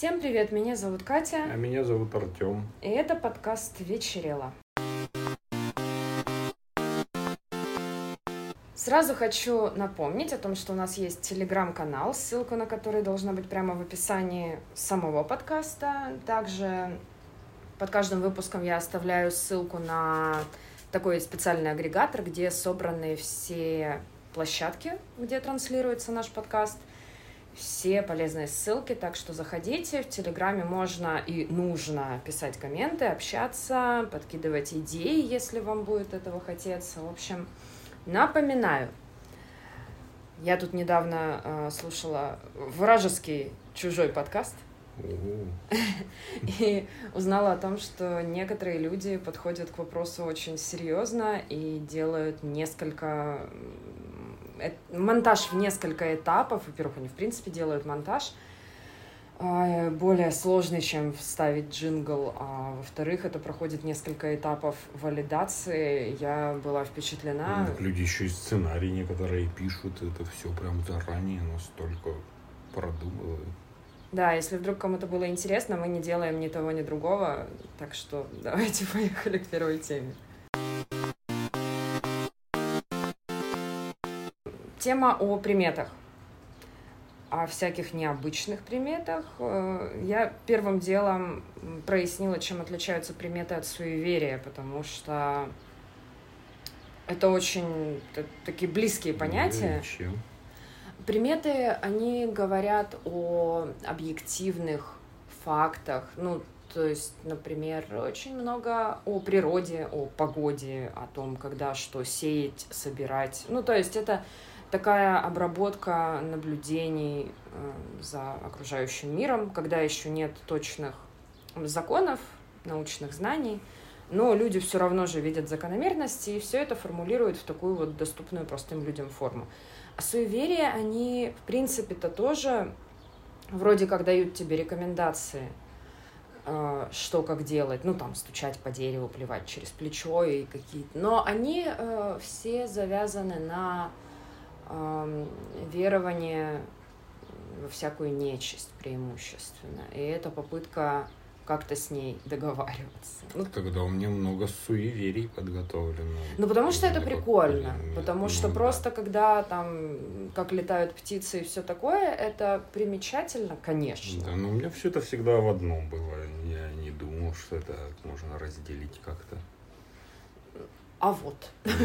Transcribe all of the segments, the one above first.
Всем привет, меня зовут Катя. А меня зовут Артем. И это подкаст «Вечерело». Сразу хочу напомнить о том, что у нас есть телеграм-канал, ссылка на который должна быть прямо в описании самого подкаста. Также под каждым выпуском я оставляю ссылку на такой специальный агрегатор, где собраны все площадки, где транслируется наш подкаст, все полезные ссылки, так что заходите. В Телеграме можно и нужно писать комменты, общаться, подкидывать идеи, если вам будет этого хотеться. В общем, напоминаю, я тут недавно слушала вражеский чужой подкаст и узнала о том, что некоторые люди подходят к вопросу очень серьезно и делают монтаж в несколько этапов. Во-первых, они в принципе делают монтаж более сложный, чем вставить джингл, а во-вторых, это проходит несколько этапов валидации. Я была впечатлена. Люди еще и сценарии некоторые пишут, это все прям заранее настолько продумывают. Да, если вдруг кому-то было интересно, мы не делаем ни того, ни другого, так что давайте поехали к первой теме. Тема о приметах, о всяких необычных приметах. Я первым делом прояснила, чем отличаются приметы от суеверия, потому что это очень такие близкие понятия. Чем? Приметы, они говорят о объективных фактах, то есть, например, очень много о природе, о погоде, о том, когда что сеять, собирать. То есть это такая обработка наблюдений за окружающим миром, когда еще нет точных законов, научных знаний, но люди все равно же видят закономерности, и все это формулируют в такую вот доступную простым людям форму. А суеверия, они, в принципе-то, тоже вроде как дают тебе рекомендации, что как делать, стучать по дереву, плевать через плечо и какие-то. Но они все завязаны на верование во всякую нечисть преимущественно. И это попытка как-то с ней договариваться. Тогда у меня много суеверий подготовлено. Потому что это прикольно. Потому что просто когда там, как летают птицы и все такое, это примечательно, конечно. Да, но у меня все это всегда в одном было. Я не думал, что это можно разделить как-то. А вот.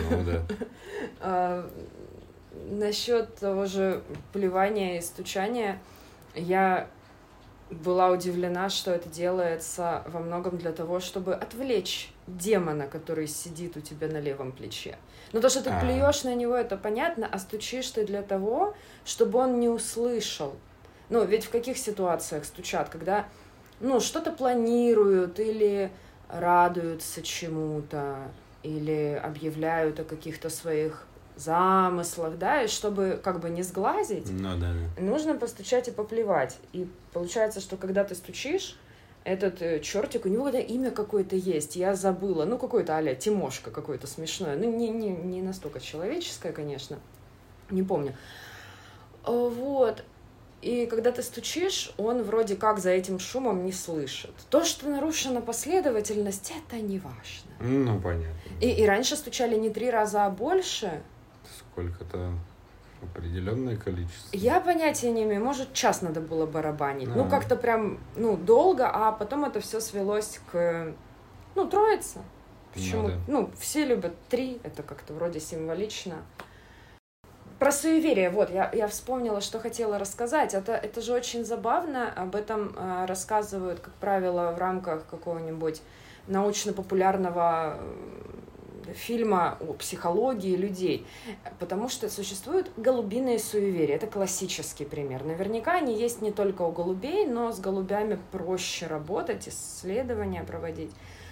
Да. Насчет того же плевания и стучания, я была удивлена, что это делается во многом для того, чтобы отвлечь демона, который сидит у тебя на левом плече. То, что ты плюешь на него, это понятно, а стучишь ты для того, чтобы он не услышал. Ведь в каких ситуациях стучат? Когда, что-то планируют или радуются чему-то, или объявляют о каких-то своих замыслах, да, и чтобы как бы не сглазить, нужно постучать и поплевать. И получается, что когда ты стучишь, этот чертик, у него имя какое-то есть, я забыла, какое-то а-ля Тимошка какое-то смешное, не настолько человеческое, конечно, не помню. Вот. И когда ты стучишь, он вроде как за этим шумом не слышит. То, что нарушена последовательность, это не важно. Понятно. И раньше стучали не 3 раза, а больше. Сколько-то определенное количество. Я понятия не имею, может, час надо было барабанить. Как-то прям, долго, а потом это все свелось к, троице. Почему? Все любят 3, это как-то вроде символично. Про суеверие, я вспомнила, что хотела рассказать. Это же очень забавно, об этом рассказывают, как правило, в рамках какого-нибудь научно-популярного фильма о психологии людей, потому что существуют голубиные суеверия. Это классический пример. Наверняка они есть не только у голубей, но с голубями проще работать, исследования проводить.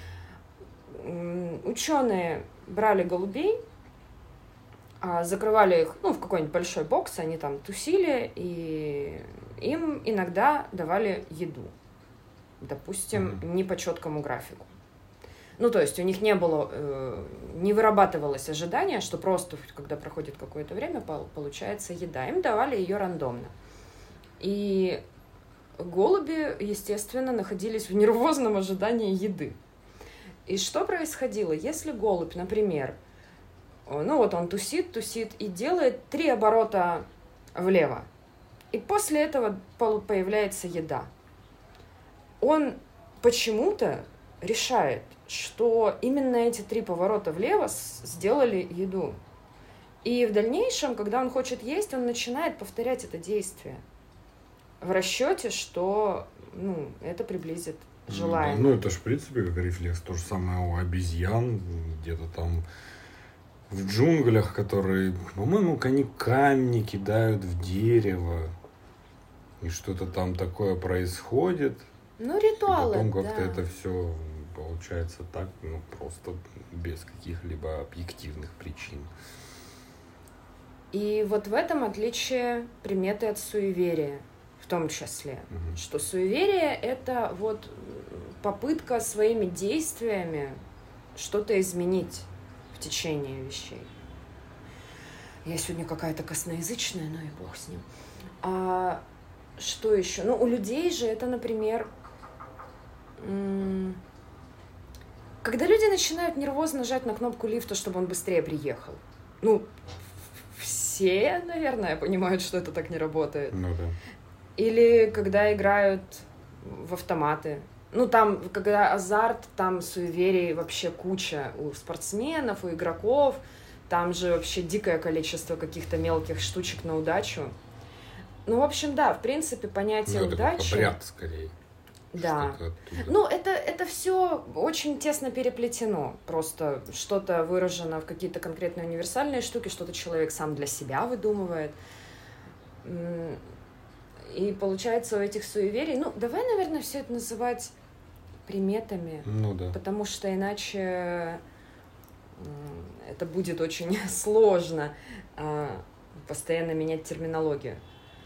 Ученые брали голубей, закрывали их в какой-нибудь большой бокс, они там тусили, и им иногда давали еду. Допустим, не по четкому графику. То есть у них не вырабатывалось ожидание, что просто, когда проходит какое-то время, получается еда. Им давали ее рандомно. И голуби, естественно, находились в нервозном ожидании еды. И что происходило? Если голубь, например, ну вот он тусит и делает 3 оборота влево, и после этого появляется еда, он почему-то решает, что именно эти 3 поворота влево сделали еду. И в дальнейшем, когда он хочет есть, он начинает повторять это действие в расчете, что это приблизит желаемое. Ну, это же, в принципе, как рефлекс. То же самое у обезьян, где-то там в джунглях, которые, по-моему, они камни кидают в дерево, и что-то там такое происходит. Ну, ритуалы, и потом как-то да. это все получается так, просто без каких-либо объективных причин. И вот в этом отличие приметы от суеверия, в том числе, что суеверие — это вот попытка своими действиями что-то изменить в течение вещей. Я сегодня какая-то косноязычная, но и бог с ним. А что еще? Ну, у людей же это, например, когда люди начинают нервозно нажать на кнопку лифта, чтобы он быстрее приехал. Ну, все, наверное, понимают, что это так не работает. Ну да. Или когда играют в автоматы. Ну, там, когда азарт, там суеверий вообще куча у спортсменов, у игроков. Там же вообще дикое количество каких-то мелких штучек на удачу. Ну, в общем, да, в принципе, понятие удачи... Это обряд, скорее. Да. Ну, это все очень тесно переплетено. Просто что-то выражено в какие-то конкретные универсальные штуки, что-то человек сам для себя выдумывает. И получается у этих суеверий... Ну, давай, наверное, все это называть приметами. Ну да. Потому что иначе это будет очень сложно постоянно менять терминологию.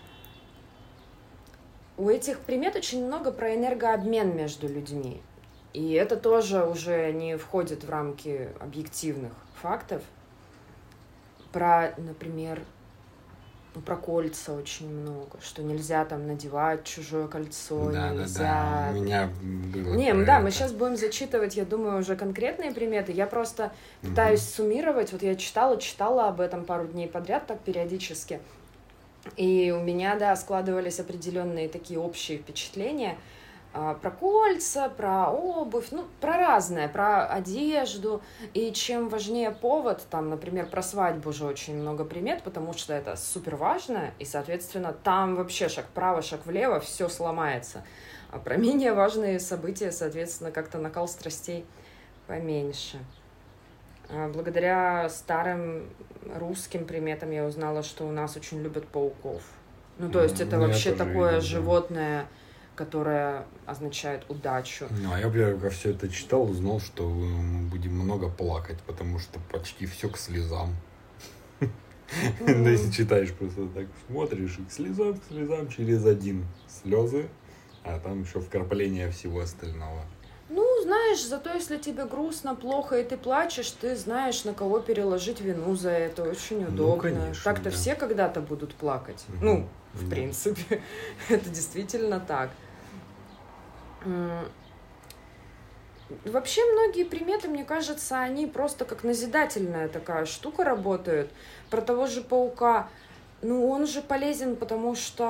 У этих примет очень много про энергообмен между людьми. И это тоже уже не входит в рамки объективных фактов. Про, например, про кольца очень много, что нельзя там надевать чужое кольцо, нельзя... Да, у меня было... Мы сейчас будем зачитывать, я думаю, уже конкретные приметы. Я просто пытаюсь суммировать. Вот я читала об этом пару дней подряд, так периодически. И у меня, да, складывались определенные такие общие впечатления про кольца, про обувь, про разное, про одежду. И чем важнее повод, там, например, про свадьбу уже очень много примет, потому что это супер важно, и, соответственно, там вообще шаг вправо, шаг влево, все сломается. А про менее важные события, соответственно, как-то накал страстей поменьше. Благодаря старым русским приметам я узнала, что у нас очень любят пауков. Ну, то есть это вообще такое видел, животное, которое означает удачу. Ну, а я, когда все это читал, узнал, что мы будем много плакать, потому что почти все к слезам. Если читаешь, просто так смотришь, и к слезам через один слезы, а там еще вкрапление всего остального. Ну, знаешь, зато если тебе грустно, плохо, и ты плачешь, ты знаешь, на кого переложить вину за это. Очень удобно. Ну, конечно, так-то все когда-то будут плакать. Ну, в принципе, это действительно так. Вообще многие приметы, мне кажется, они просто как назидательная такая штука работают. Про того же паука. Ну, он же полезен, потому что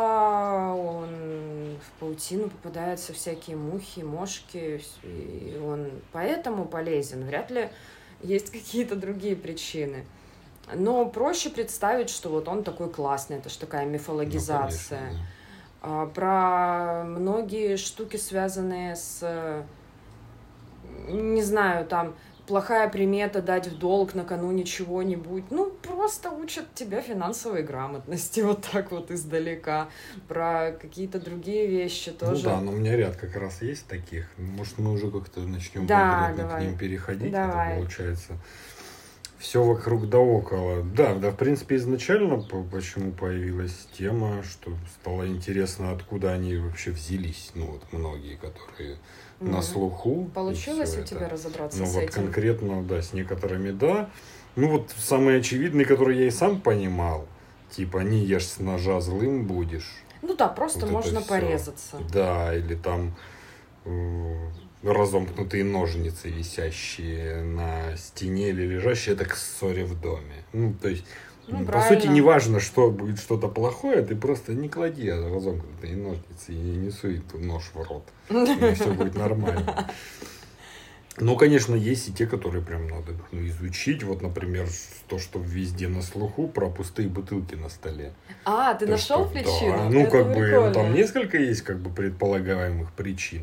в паутину попадаются всякие мухи, мошки, и он поэтому полезен. Вряд ли есть какие-то другие причины. Но проще представить, что вот он такой классный, это же такая мифологизация. Ну, конечно, да. Про многие штуки, связанные с, не знаю, там, плохая примета дать в долг накануне чего-нибудь. Ну, просто учат тебя финансовой грамотности вот так вот издалека. Про какие-то другие вещи тоже. Ну да, но у меня ряд как раз есть таких. Может, мы уже как-то начнем к ним переходить. Давай. Это получается все вокруг да около. Да, в принципе, изначально почему появилась тема, что стало интересно, откуда они вообще взялись. Ну, вот многие, которые на слуху. Получилось у тебя разобраться с вот этим? Конкретно, да, с некоторыми, да. Ну, вот самый очевидный, который я и сам понимал, типа, не ешь с ножа, злым будешь. Ну да, просто Вот это можно всё. порезаться. Да, или там разомкнутые ножницы, висящие на стене или лежащие, это к ссоре в доме. Ну, то есть, Ну, по сути, правильно. не важно, что будет что-то плохое, ты просто не клади разомкнутые ножницы и не суй нож в рот. И все будет нормально. Ну, конечно, есть и те, которые прям надо изучить. Вот, например, то, что везде на слуху, про пустые бутылки на столе. А, ты То, нашел что, причину? да, ну, Это как бы, прикольно. там несколько есть, как бы, предполагаемых причин.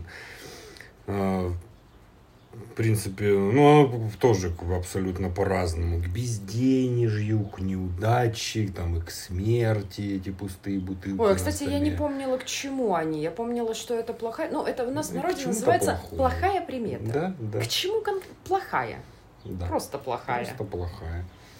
В принципе, ну, оно тоже абсолютно по-разному. К безденежью, к неудаче, там, и к смерти эти пустые бутылки. Ой, на кстати, я столе. не помнила, к чему они. Я помнила, что это плохая... Ну, это у нас в Ну, к народе чему-то называется плохому. плохая примета. Да, да. К чему плохая? Да. Просто плохая. Просто плохая.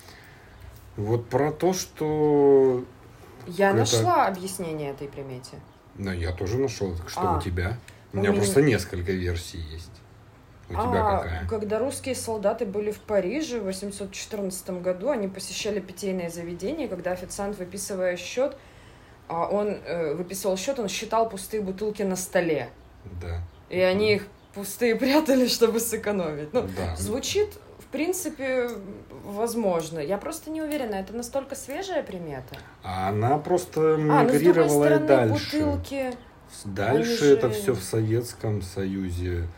Вот про то, что... Я это- нашла объяснение этой примете. Ну, я тоже нашел. Так что А, у тебя? У у меня меня- просто несколько версий есть. У тебя какая? Когда русские солдаты были в Париже в 814 году, они посещали питейное заведение, когда официант, выписывая счет, он выписывал счет, он считал пустые бутылки на столе. Да. И они их пустые прятали, чтобы сэкономить. Ну, Да. звучит, в принципе, возможно. Я просто не уверена, это настолько свежая примета. А она просто Ну, с другой мигрировала и стороны, дальше. бутылки... Дальше Они это же- все в Советском Союзе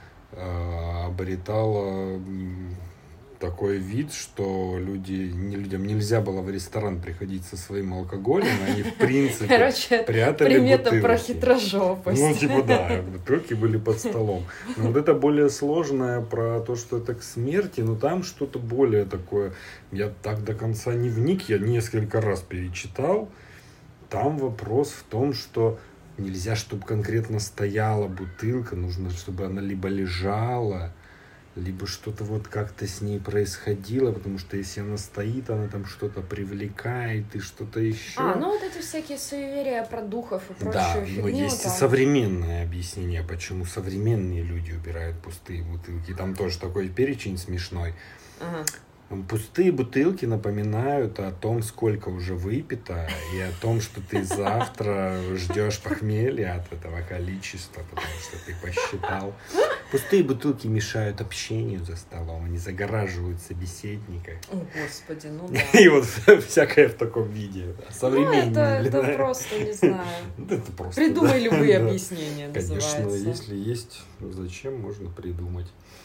обретало такой вид, что людям нельзя было в ресторан приходить со своим алкоголем, они в принципе Короче, прятали примета бутылки. про хитрожопость. Ну, типа, да, бутылки были под столом. Но вот это более сложное про то, что это к смерти, но там что-то более такое. Я так до конца не вник, я несколько раз перечитал. Там вопрос в том, что нельзя, чтобы конкретно стояла бутылка, нужно, чтобы она либо лежала, либо что-то вот как-то с ней происходило, потому что если она стоит, она там что-то привлекает и что-то еще. Ну вот эти всякие суеверия про духов и прочую Да, фигню. но есть и там. современное объяснение, почему современные люди убирают пустые бутылки. Там тоже такой перечень смешной. Ага. Пустые бутылки напоминают о том, сколько уже выпито, и о том, что ты завтра ждешь похмелья от этого количества, потому что ты посчитал. Пустые бутылки мешают общению за столом, они загораживают собеседника. О, господи, ну да. И вот всякое в таком виде. Современное. Это просто, не знаю. Это просто, Придумай да. любые Да. объяснения, Конечно, называется. если есть, зачем можно придумать.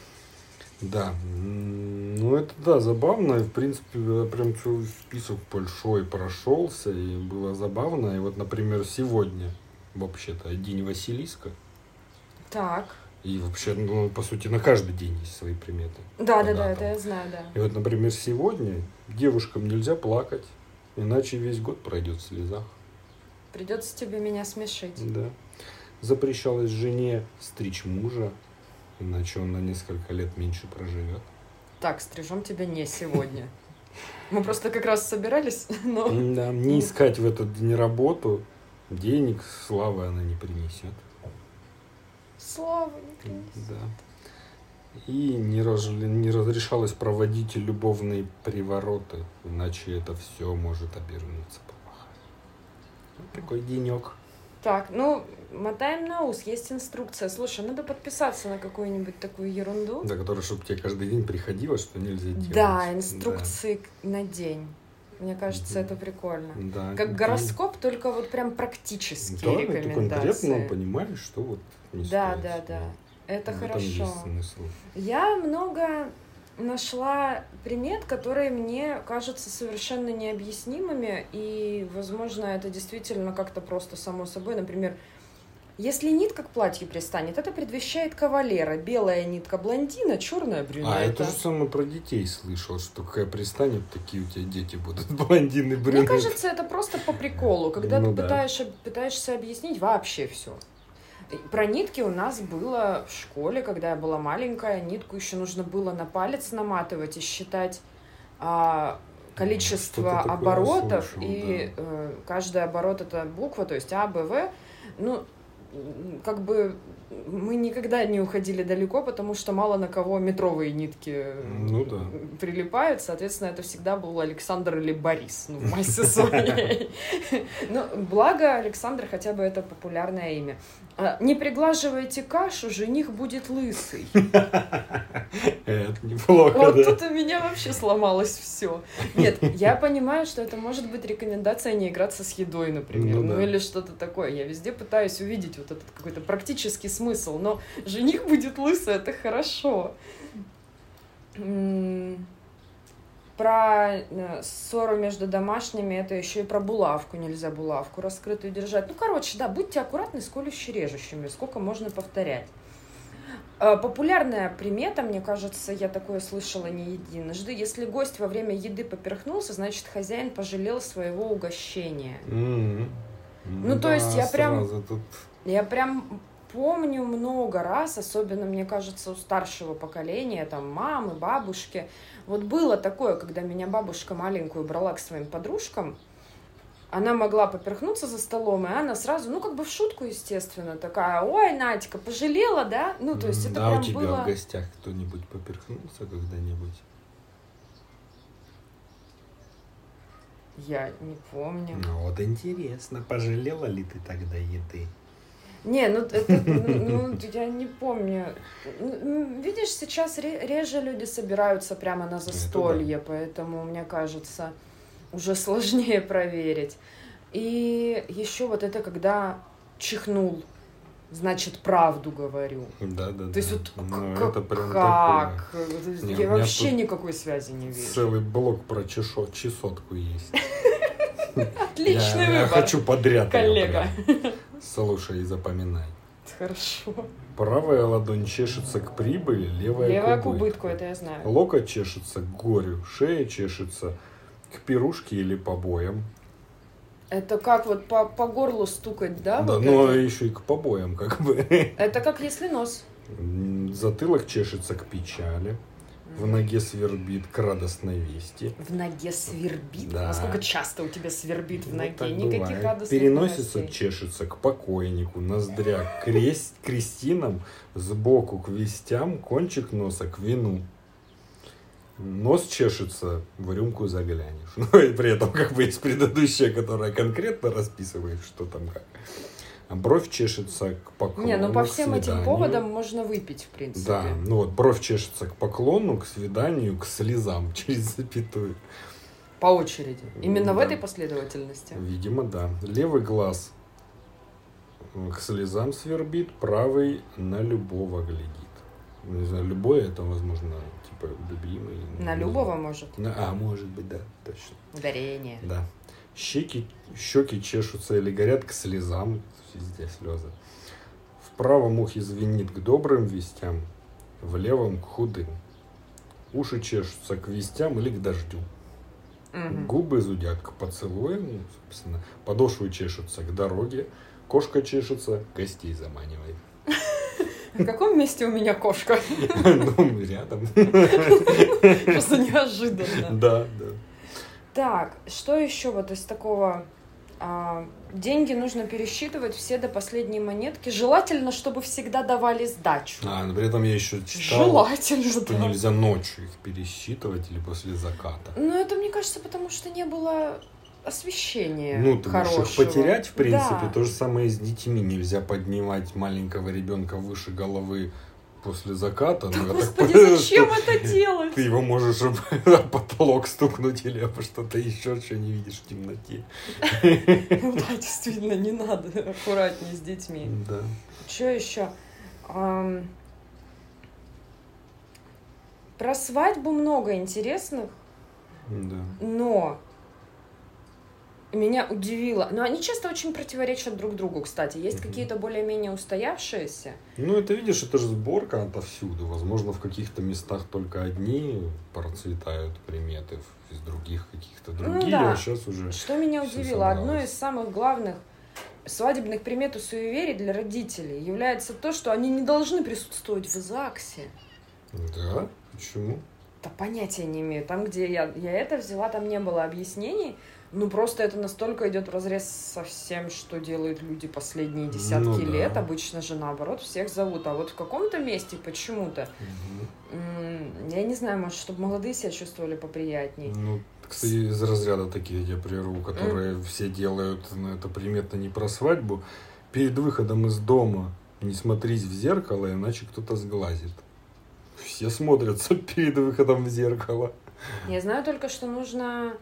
Да, ну это да, забавно, и в принципе я прям целый список большой прошелся, и было забавно, и вот, например, сегодня, вообще-то, День Василиска, Так. и вообще, ну, по сути, на каждый день есть свои приметы. Да, По это датам. я знаю, да. И вот, например, сегодня девушкам нельзя плакать, иначе весь год пройдет в слезах. Придется тебе меня смешить. Да. Запрещалось жене стричь мужа, иначе он на несколько лет меньше проживет. Так, стрижем тебя не сегодня. Мы просто как раз собирались, но... Да, не искать в этот день работу, денег, славы она не принесет. Слава не принесет. Да. И не разрешалось проводить любовные привороты, иначе это все может обернуться плохо. Вот такой денек. Так, ну, мотаем на ус, есть инструкция. Слушай, надо подписаться на какую-нибудь такую ерунду. За который, чтобы тебе каждый день приходило, что нельзя делать. Да, инструкции на день. Мне кажется, это прикольно. Да. Как гороскоп, только вот прям практические Да, ты рекомендации. конкретно понимаешь, что вот не Да, стоит. да, да. Это В этом хорошо. есть смысл. Я много нашла примет, которые мне кажутся совершенно необъяснимыми, и, возможно, это действительно как-то просто само собой. Например, если нитка к платью пристанет, это предвещает кавалера. Белая нитка блондина, черная брюнета. А, я то же самое про детей слышал, что какая пристанет, такие у тебя дети будут блондины, брюнеты. Мне кажется, это просто по приколу, когда Ну ты да. пытаешься объяснить вообще все. Про нитки у нас было в школе, когда я была маленькая. Нитку еще нужно было на палец наматывать и считать количество Что-то такое оборотов. слышал, И каждый оборот это буква, то есть А, Б, В. Ну, как бы мы никогда не уходили далеко, потому что мало на кого метровые нитки прилипают. Соответственно, это всегда был Александр или Борис, в массе своей. Но благо Александр хотя бы это популярное имя. Не приглаживайте кашу, жених будет лысый. Это неплохо, вот тут у меня вообще сломалось все. Нет, я понимаю, что это может быть рекомендация не играться с едой, например, или что-то такое. Я везде пытаюсь увидеть вот этот какой-то практический смысл, но жених будет лысый, это хорошо. Про ссору между домашними, это еще и про булавку. Нельзя булавку раскрытую держать. Да, будьте аккуратны с колюще-режущими. Сколько можно повторять. Популярная примета, мне кажется, я такое слышала не единожды. Если гость во время еды поперхнулся, значит, хозяин пожалел своего угощения. То есть я прям помню много раз, особенно, мне кажется, у старшего поколения, там, мамы, бабушки. Вот было такое, когда меня бабушка маленькую брала к своим подружкам, она могла поперхнуться за столом, и она сразу, в шутку, естественно, такая: ой, Надька, пожалела, да? То есть это прям у тебя было... в гостях кто-нибудь поперхнулся когда-нибудь? Я не помню. Вот интересно, пожалела ли ты тогда еды? Не, я не помню. Видишь, сейчас реже люди собираются прямо на застолье, поэтому, мне кажется, уже сложнее проверить. И еще вот это, когда чихнул, значит, правду говорю. Да. То есть вот это прям как? Такое. Я вообще никакой связи не вижу. Целый блок про чесотку есть. Отличный выбор. Я хочу подряд. Коллега. Слушай и запоминай. Хорошо. Правая ладонь чешется к прибыли, левая к убытку, это я знаю. Локоть чешется к горю, шея чешется к пирушке или побоям. Это как вот по горлу стукать, да? Да, но еще и к побоям, как бы. Это как если нос. Затылок чешется к печали. В ноге свербит к радостной вести. В ноге свербит? Да. Насколько часто у тебя свербит в ноге? Никаких бывает. Радостных Переносица новостей. Чешется к покойнику, ноздря к крестинам, сбоку к вестям, кончик носа к вину. Нос чешется, в рюмку заглянешь. И при этом есть предыдущая, которая конкретно расписывает, что там как. А бровь чешется к поклону, по всем этим поводам можно выпить, в принципе. Да, бровь чешется к поклону, к свиданию, к слезам через запятую. По очереди. Именно в этой последовательности? Видимо, да. Левый глаз к слезам свербит, правый на любого глядит. Не знаю, любой это, возможно, любимый. На любого, может? Может быть, да, точно. Ударение. Да. Щеки чешутся или горят к слезам, везде слезы. В правом ухе звенит к добрым вестям, в левом к худым. Уши чешутся к вестям или к дождю. Губы зудят к поцелуям, собственно. Подошвы чешутся к дороге, кошка чешется, гостей заманивает. В каком месте у меня кошка? Рядом. Просто неожиданно. Да. Так, что еще вот из такого? Деньги нужно пересчитывать все до последней монетки. Желательно, чтобы всегда давали сдачу. Но при этом я еще читал, желательно, что нельзя ночью их пересчитывать или после заката. Это, мне кажется, потому что не было освещения ты хорошего. можешь их потерять, в принципе. Да. То же самое и с детьми. Нельзя поднимать маленького ребенка выше головы после заката. Господи, зачем это делать? Ты его можешь об потолок стукнуть или об что-то еще, что не видишь в темноте. Да, действительно, не надо. Аккуратнее с детьми. Да. Что еще? Про свадьбу много интересных. Да. Но меня удивило. Но они часто очень противоречат друг другу, кстати. Есть какие-то более-менее устоявшиеся. Это, видишь, это же сборка отовсюду. Возможно, в каких-то местах только одни процветают приметы, из других каких-то другие, а сейчас уже... Что меня удивило? Одно из самых главных свадебных примет и суеверий для родителей является то, что они не должны присутствовать в ЗАГСе. Да? Почему? Да понятия не имею. Там, где я это взяла, там не было объяснений. Ну, просто это настолько идет вразрез со всем, что делают люди последние десятки лет. Обычно же наоборот всех зовут. А вот в каком-то месте почему-то, я не знаю, может, чтобы молодые себя чувствовали поприятней. Ну, кстати, из разряда такие, я прерву, которые все делают, ну, это приметно не про свадьбу. Перед выходом из дома не смотрись в зеркало, иначе кто-то сглазит. Все смотрятся перед выходом в зеркало. Я знаю только, что нужно...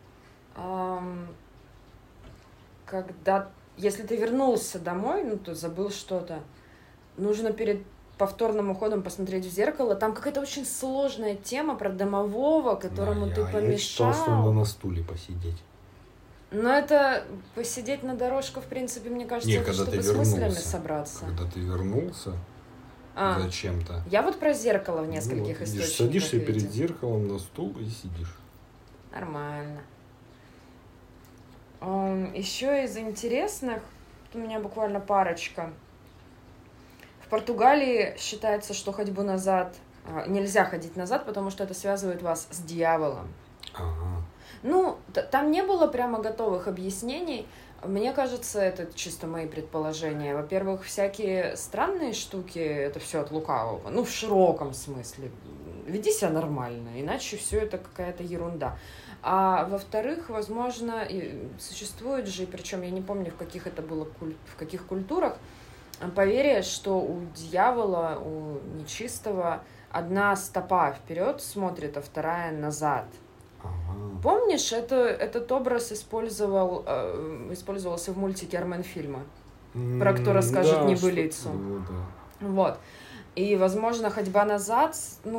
когда, если ты вернулся домой, ну, ты забыл что-то, нужно перед повторным уходом посмотреть в зеркало. Там какая-то очень сложная тема про домового, которому ты помешал. Я считал, что надо на стуле посидеть. Но это посидеть на дорожку, в принципе, мне кажется, это чтобы с мыслями собраться. Когда ты вернулся зачем-то. Я вот про зеркало в нескольких источниках. Садишься перед зеркалом на стул и сидишь. Нормально. Еще из интересных, у меня буквально парочка. В Португалии считается, что ходьбу назад нельзя ходить назад, потому что это связывает вас с дьяволом. Ага. Ну, там не было прямо готовых объяснений. Мне кажется, это чисто мои предположения. Во-первых, всякие странные штуки, это все от лукавого. Ну, в широком смысле. Веди себя нормально, иначе все это какая-то ерунда. А во-вторых, возможно, существует же, причем я не помню, в каких это было, в каких культурах, поверье, что у дьявола, у нечистого одна стопа вперед смотрит, а вторая назад. Ага. Помнишь, этот образ использовался в мультике «Армен-фильма», про кто расскажет небылицу. Вот. И, возможно, ходьба назад,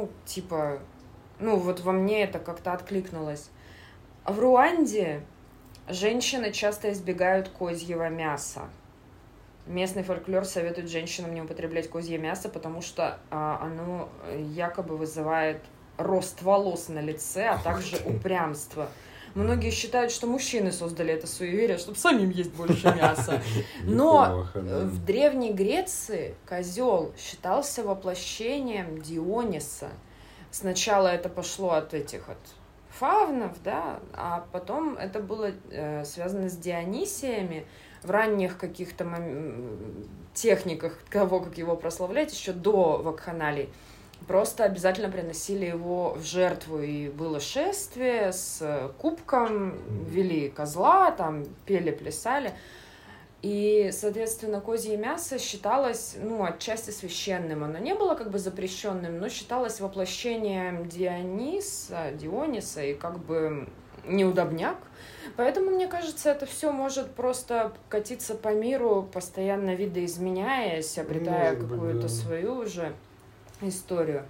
вот во мне это как-то откликнулось. В Руанде женщины часто избегают козьего мяса. Местный фольклор советует женщинам не употреблять козье мясо, потому что оно якобы вызывает рост волос на лице, а также упрямство. Многие считают, что мужчины создали это суеверие, чтобы самим есть больше мяса. Но в Древней Греции козел считался воплощением Диониса. Сначала это пошло от фавнов, да, а потом это было связано с Дионисиями. В ранних каких-то техниках того, как его прославлять, еще до вакханалий, просто обязательно приносили его в жертву. И было шествие с кубком, вели козла, там пели, плясали. И, соответственно, козье мясо считалось, отчасти священным. Оно не было как бы запрещенным, но считалось воплощением Диониса и как бы неудобняк. Поэтому, мне кажется, это все может просто катиться по миру, постоянно видоизменяясь, обретая какую-то свою уже историю.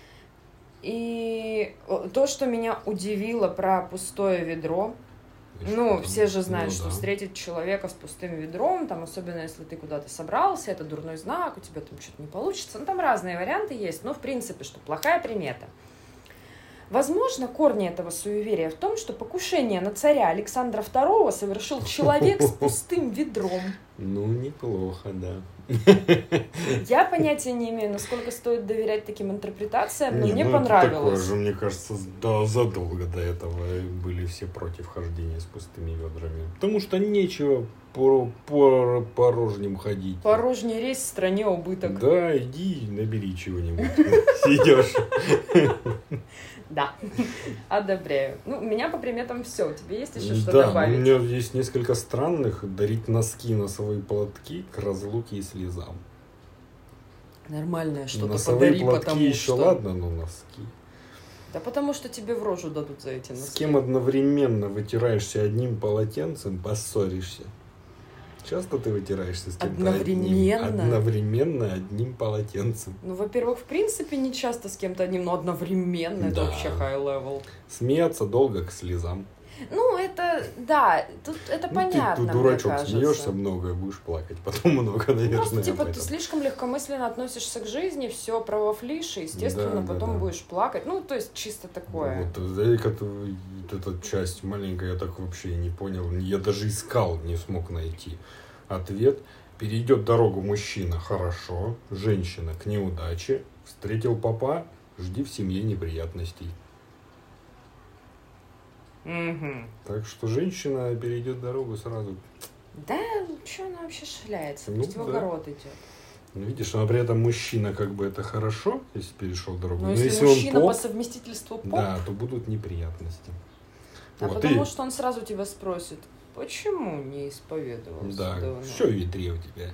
И то, что меня удивило про пустое ведро, все же знают, что встретить человека с пустым ведром, там, особенно если ты куда-то собрался, это дурной знак, у тебя там что-то не получится. Там разные варианты есть, но в принципе, что плохая примета. Возможно, корни этого суеверия в том, что покушение на царя Александра II совершил человек с пустым ведром. Неплохо, да. Я понятия не имею, насколько стоит доверять таким интерпретациям, но мне понравилось. Такое же, мне кажется, задолго до этого были все против хождения с пустыми ведрами. Потому что нечего порожним ходить. Порожний рейс в стране убыток. Да, иди набери чего-нибудь. Идешь. Да, одобряю. У меня по приметам все. У тебя есть еще что добавить? У меня есть несколько странных. Дарить носки, носовые платки к разлуке и слезам. Нормальное что-то носовые подари, платки потому еще что... ладно, но носки. Да потому что тебе в рожу дадут за эти носки. С кем одновременно вытираешься одним полотенцем, поссоришься. Часто ты вытираешься с кем-то одновременно одним полотенцем? Во-первых, в принципе, не часто с кем-то одним, но одновременно это вообще high level. Смеяться долго к слезам. Тут это понятно, ты дурачок, мне кажется. Смеешься много, будешь плакать, потом много, наверное. Просто, ты слишком легкомысленно относишься к жизни, все провафлишь, и, естественно, потом будешь плакать. То есть, чисто такое. Эта часть маленькая, я так вообще не понял. Я даже искал, не смог найти ответ. Перейдет дорогу мужчина — хорошо, женщина — к неудаче. Встретил попа — жди в семье неприятностей. Угу. Так что женщина перейдет дорогу сразу. Да, что она вообще шляется? Ну, Пусть в да. огород идет. Ну, видишь, но при этом мужчина как бы это хорошо, если перешел дорогу. Но Но если он мужчина поп, по совместительству поп, да, то будут неприятности. а Вот, потому и- что он сразу тебя спросит, почему не исповедовался Да, давно? что в ведре у тебя?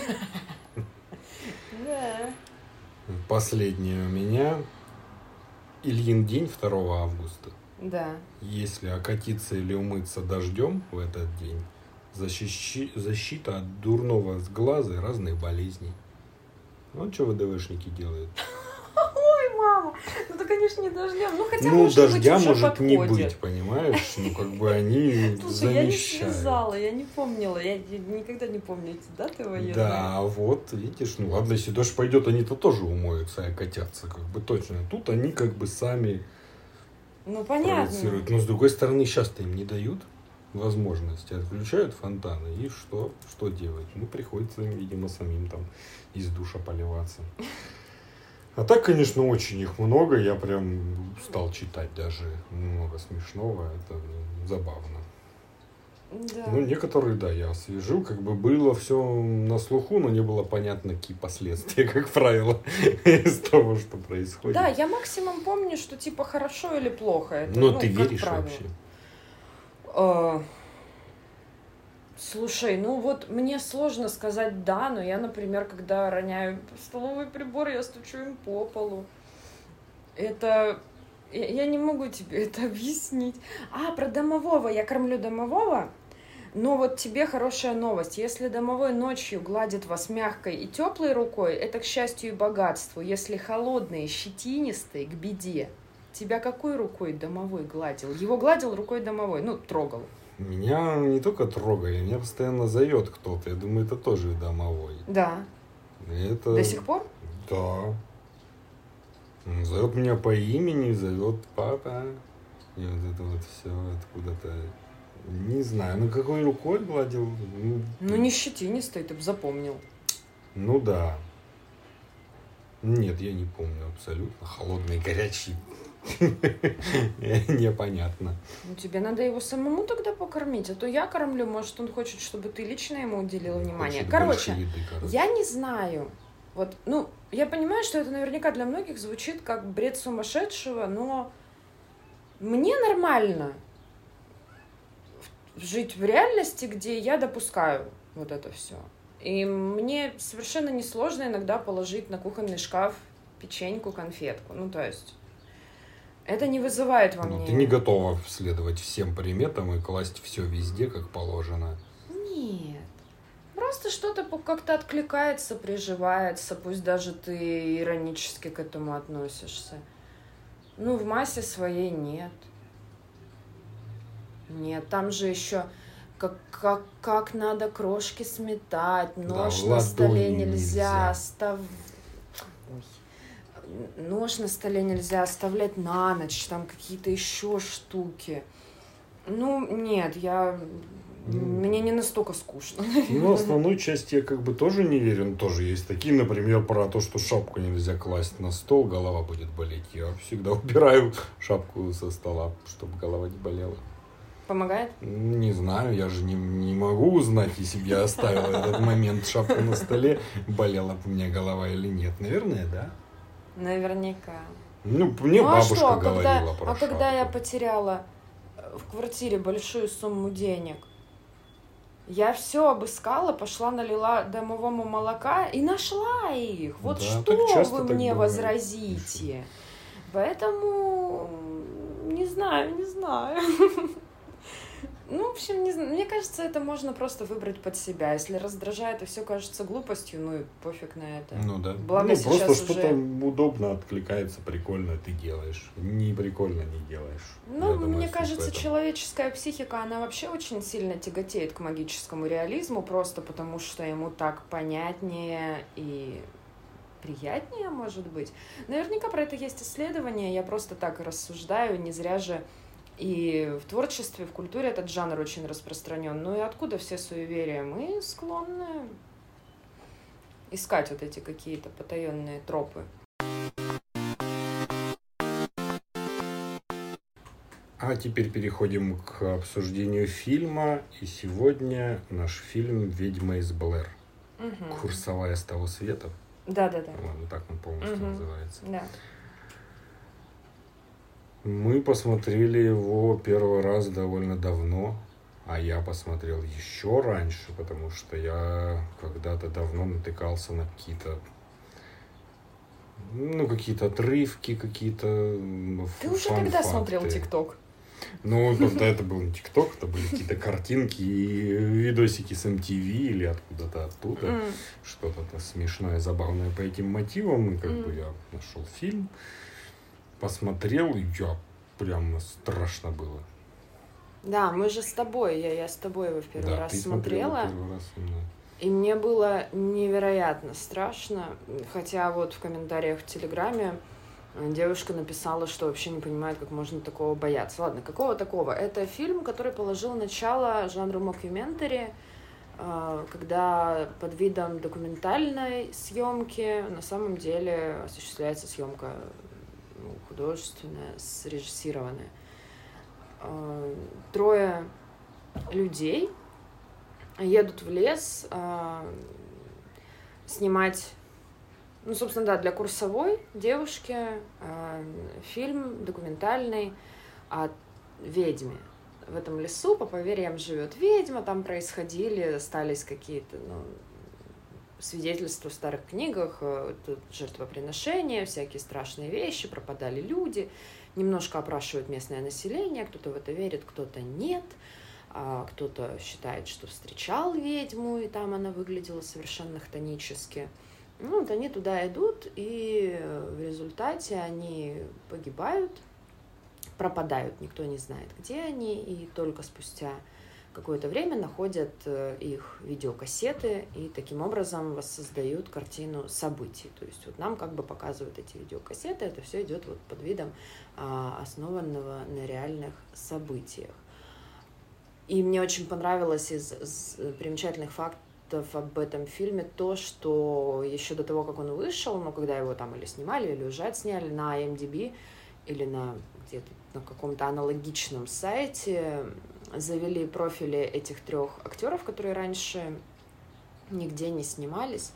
Да. Последнее у меня. Ильин день 2 августа. Да. Если окатиться или умыться дождем в этот день, защита от дурного сглаза и разных болезней. Вот что ВДВшники делают. Ой, мама, ну ты, конечно, не дождем. Ну, хотя, Ну, может дождя быть, уже может не подходит. быть, понимаешь? Ну, как бы они Слушай, я не замещают. связала, я не помнила. Я никогда не помню эти даты военные. Да, вот, видишь, ну ладно, если дождь пойдет, они-то тоже умоются и окатятся, как бы точно. Тут они как бы сами Ну, понятно. провоцируют. Но с другой стороны, сейчас-то им не дают возможности, отключают фонтаны, и что? Что делать? Ну, приходится им, видимо, самим там из душа поливаться. А так, конечно, очень их много, я прям стал читать даже много смешного, это забавно. Да. Ну, некоторые, да, я освежил, как бы было все на слуху, но не было понятно, какие последствия, как правило, из того, что происходит. Да, я максимум помню, что типа хорошо или плохо. Это, Но ты как веришь правило. вообще? Слушай, ну вот мне сложно сказать да, но я, например, когда роняю столовый прибор, я стучу им по полу. Это... Я не могу тебе это объяснить. Про домового. Я кормлю домового, но вот тебе хорошая новость. Если домовой ночью гладит вас мягкой и теплой рукой, это к счастью и богатству. Если холодный, щетинистый, к беде. Тебя какой рукой домовой гладил? Его гладил рукой домовой, ну, трогал. Меня не только трогали, меня постоянно зовет кто-то. Я думаю, это тоже домовой. Да. Это... До сих пор? Да. Он зовет меня по имени, зовет папа. И вот это вот все откуда-то. Не знаю, ну какой рукой гладил? Ну, не щетинистый, ты бы запомнил. Ну да. Нет, я не помню абсолютно. Холодный, горячий. Непонятно. Ну, тебе надо его самому тогда покормить, а то я кормлю, может, он хочет, чтобы ты лично ему уделила внимание. Хочет Короче, больше еды, я не знаю. Вот, ну, я понимаю, что это наверняка для многих звучит как бред сумасшедшего, но мне нормально жить в реальности, где я допускаю вот это все. И мне совершенно несложно иногда положить на кухонный шкаф печеньку, конфетку. Ну, то есть... Это не вызывает во мне... Ты не готова следовать всем приметам и класть все везде, как положено. Нет. Просто что-то как-то откликается, приживается, пусть даже ты иронически к этому относишься. Ну, в массе своей нет. Нет, там же еще как надо крошки сметать, нож Да, на столе ладони нельзя нельзя. Нож на столе нельзя оставлять на ночь, там какие-то еще штуки. Ну, нет, мне не настолько скучно. Ну, основной части я как бы тоже не верю. Но тоже есть такие, например, про то, что шапку нельзя класть на стол, голова будет болеть. Я всегда убираю шапку со стола, чтобы голова не болела. Помогает? Не знаю, я же не могу узнать, если бы я оставил этот момент шапку на столе, болела бы у меня голова или нет. Наверное, да. Наверняка. Ну, мне бабушка что, говорила про шапку. Когда я потеряла в квартире большую сумму денег, я все обыскала, пошла, налила домовому молока и нашла их. Вот Да, что вы мне бывает. возразите? Поэтому не знаю. Ну, в общем, не знаю. Мне кажется, это можно просто выбрать под себя. Если раздражает и все кажется глупостью, ну и пофиг на это. Ну да. Благо ну, сейчас просто уже... что-то удобно откликается, прикольно ты делаешь. Не прикольно не делаешь. Ну, Я думаю, мне суть в кажется, этом. человеческая психика, она вообще очень сильно тяготеет к магическому реализму, просто потому что ему так понятнее и приятнее, может быть. Наверняка про это есть исследования, я просто так рассуждаю, не зря же и в творчестве, в культуре этот жанр очень распространен. Ну и откуда все суеверия? Мы склонны искать вот эти какие-то потаенные тропы. А теперь переходим к обсуждению фильма. И сегодня наш фильм «Ведьма из Блэр». Угу. Курсовая с того света. Да. По-моему, так он полностью называется. Да. Мы посмотрели его первый раз довольно давно, а я посмотрел еще раньше, потому что я когда-то давно натыкался на какие-то отрывки, какие-то Ты уже когда смотрел ТикТок? Ну, тогда это был не ТикТок, это были какие-то картинки и видосики с MTV или откуда-то оттуда. Что-то смешное, забавное по этим мотивам. И я нашел фильм, посмотрел, и прям страшно было. Да, мы же с тобой, я с тобой его в первый раз смотрела. Первый раз и мне было невероятно страшно. Хотя вот в комментариях в Телеграме девушка написала, что вообще не понимает, как можно такого бояться. Ладно, какого такого? Это фильм, который положил начало жанру мокюментари, когда под видом документальной съемки на самом деле осуществляется съемка художественная, срежиссированная. 3 людей едут в лес снимать, собственно, да, для курсовой девушки фильм документальный о ведьме. В этом лесу, по поверьям, живет ведьма, там остались какие-то свидетельства в старых книгах, тут жертвоприношения, всякие страшные вещи, пропадали люди, немножко опрашивают местное население, кто-то в это верит, кто-то нет, кто-то считает, что встречал ведьму, и там она выглядела совершенно хтонически. Вот они туда идут, и в результате они погибают, пропадают, никто не знает, где они, и только спустя какое-то время находят их видеокассеты и таким образом воссоздают картину событий. То есть вот нам показывают эти видеокассеты, это все идет вот под видом основанного на реальных событиях. И мне очень понравилось из примечательных фактов об этом фильме то, что еще до того, как он вышел, когда его там или снимали, или уже отсняли на IMDb, или где-то на каком-то аналогичном сайте, завели профили этих 3 актеров, которые раньше нигде не снимались.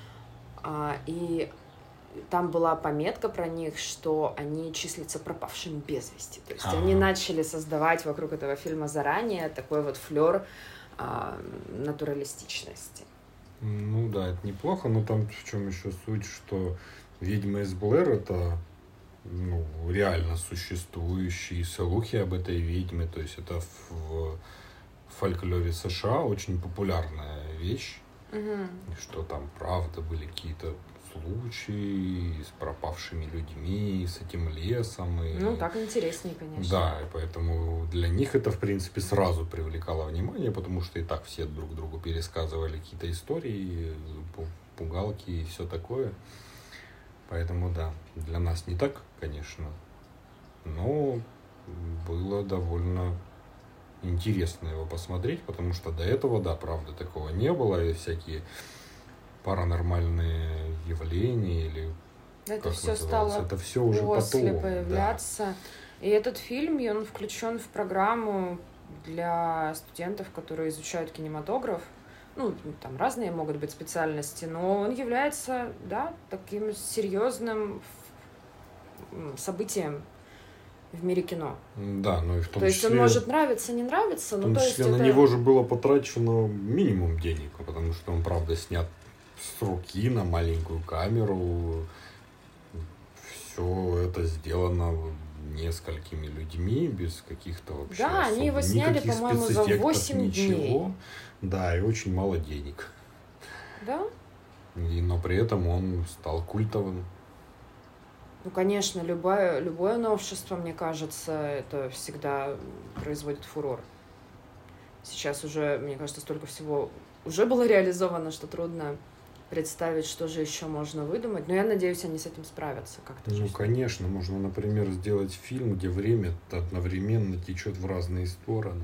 И там была пометка про них, что они числятся пропавшими без вести. То есть они начали создавать вокруг этого фильма заранее такой вот флёр натуралистичности. Ну да, это неплохо, но там в чем еще суть, что «Ведьма из Блэр» — это реально существующие слухи об этой ведьме. То есть это в фольклоре США очень популярная вещь, что там правда были какие-то случаи с пропавшими людьми, с этим лесом. Так интереснее, конечно. Да, и поэтому для них это, в принципе, сразу привлекало внимание, потому что и так все друг другу пересказывали какие-то истории, пугалки и все такое. Поэтому, да, для нас не так, конечно, но было довольно интересно его посмотреть, потому что до этого, да, правда, такого не было, и всякие паранормальные явления или это все стало это все уже после потом появляться. Да. И этот фильм, он включен в программу для студентов, которые изучают кинематограф. Там разные могут быть специальности, но он является, да, таким серьезным событием в мире кино. Да, но и в том числе... То есть он может нравиться, не нравиться, но в том числе на него же было потрачено минимум денег, потому что он, правда, снят с руки на маленькую камеру. Все это сделано несколькими людьми, без каких-то вообще да, они его сняли, по-моему, за 8 дней. Да, и очень мало денег. Да? Но при этом он стал культовым. Конечно, любое новшество, мне кажется, это всегда производит фурор. Сейчас уже, мне кажется, столько всего уже было реализовано, что трудно представить, что же еще можно выдумать. Но я надеюсь, они с этим справятся как-то. Конечно, можно, например, сделать фильм, где время одновременно течет в разные стороны.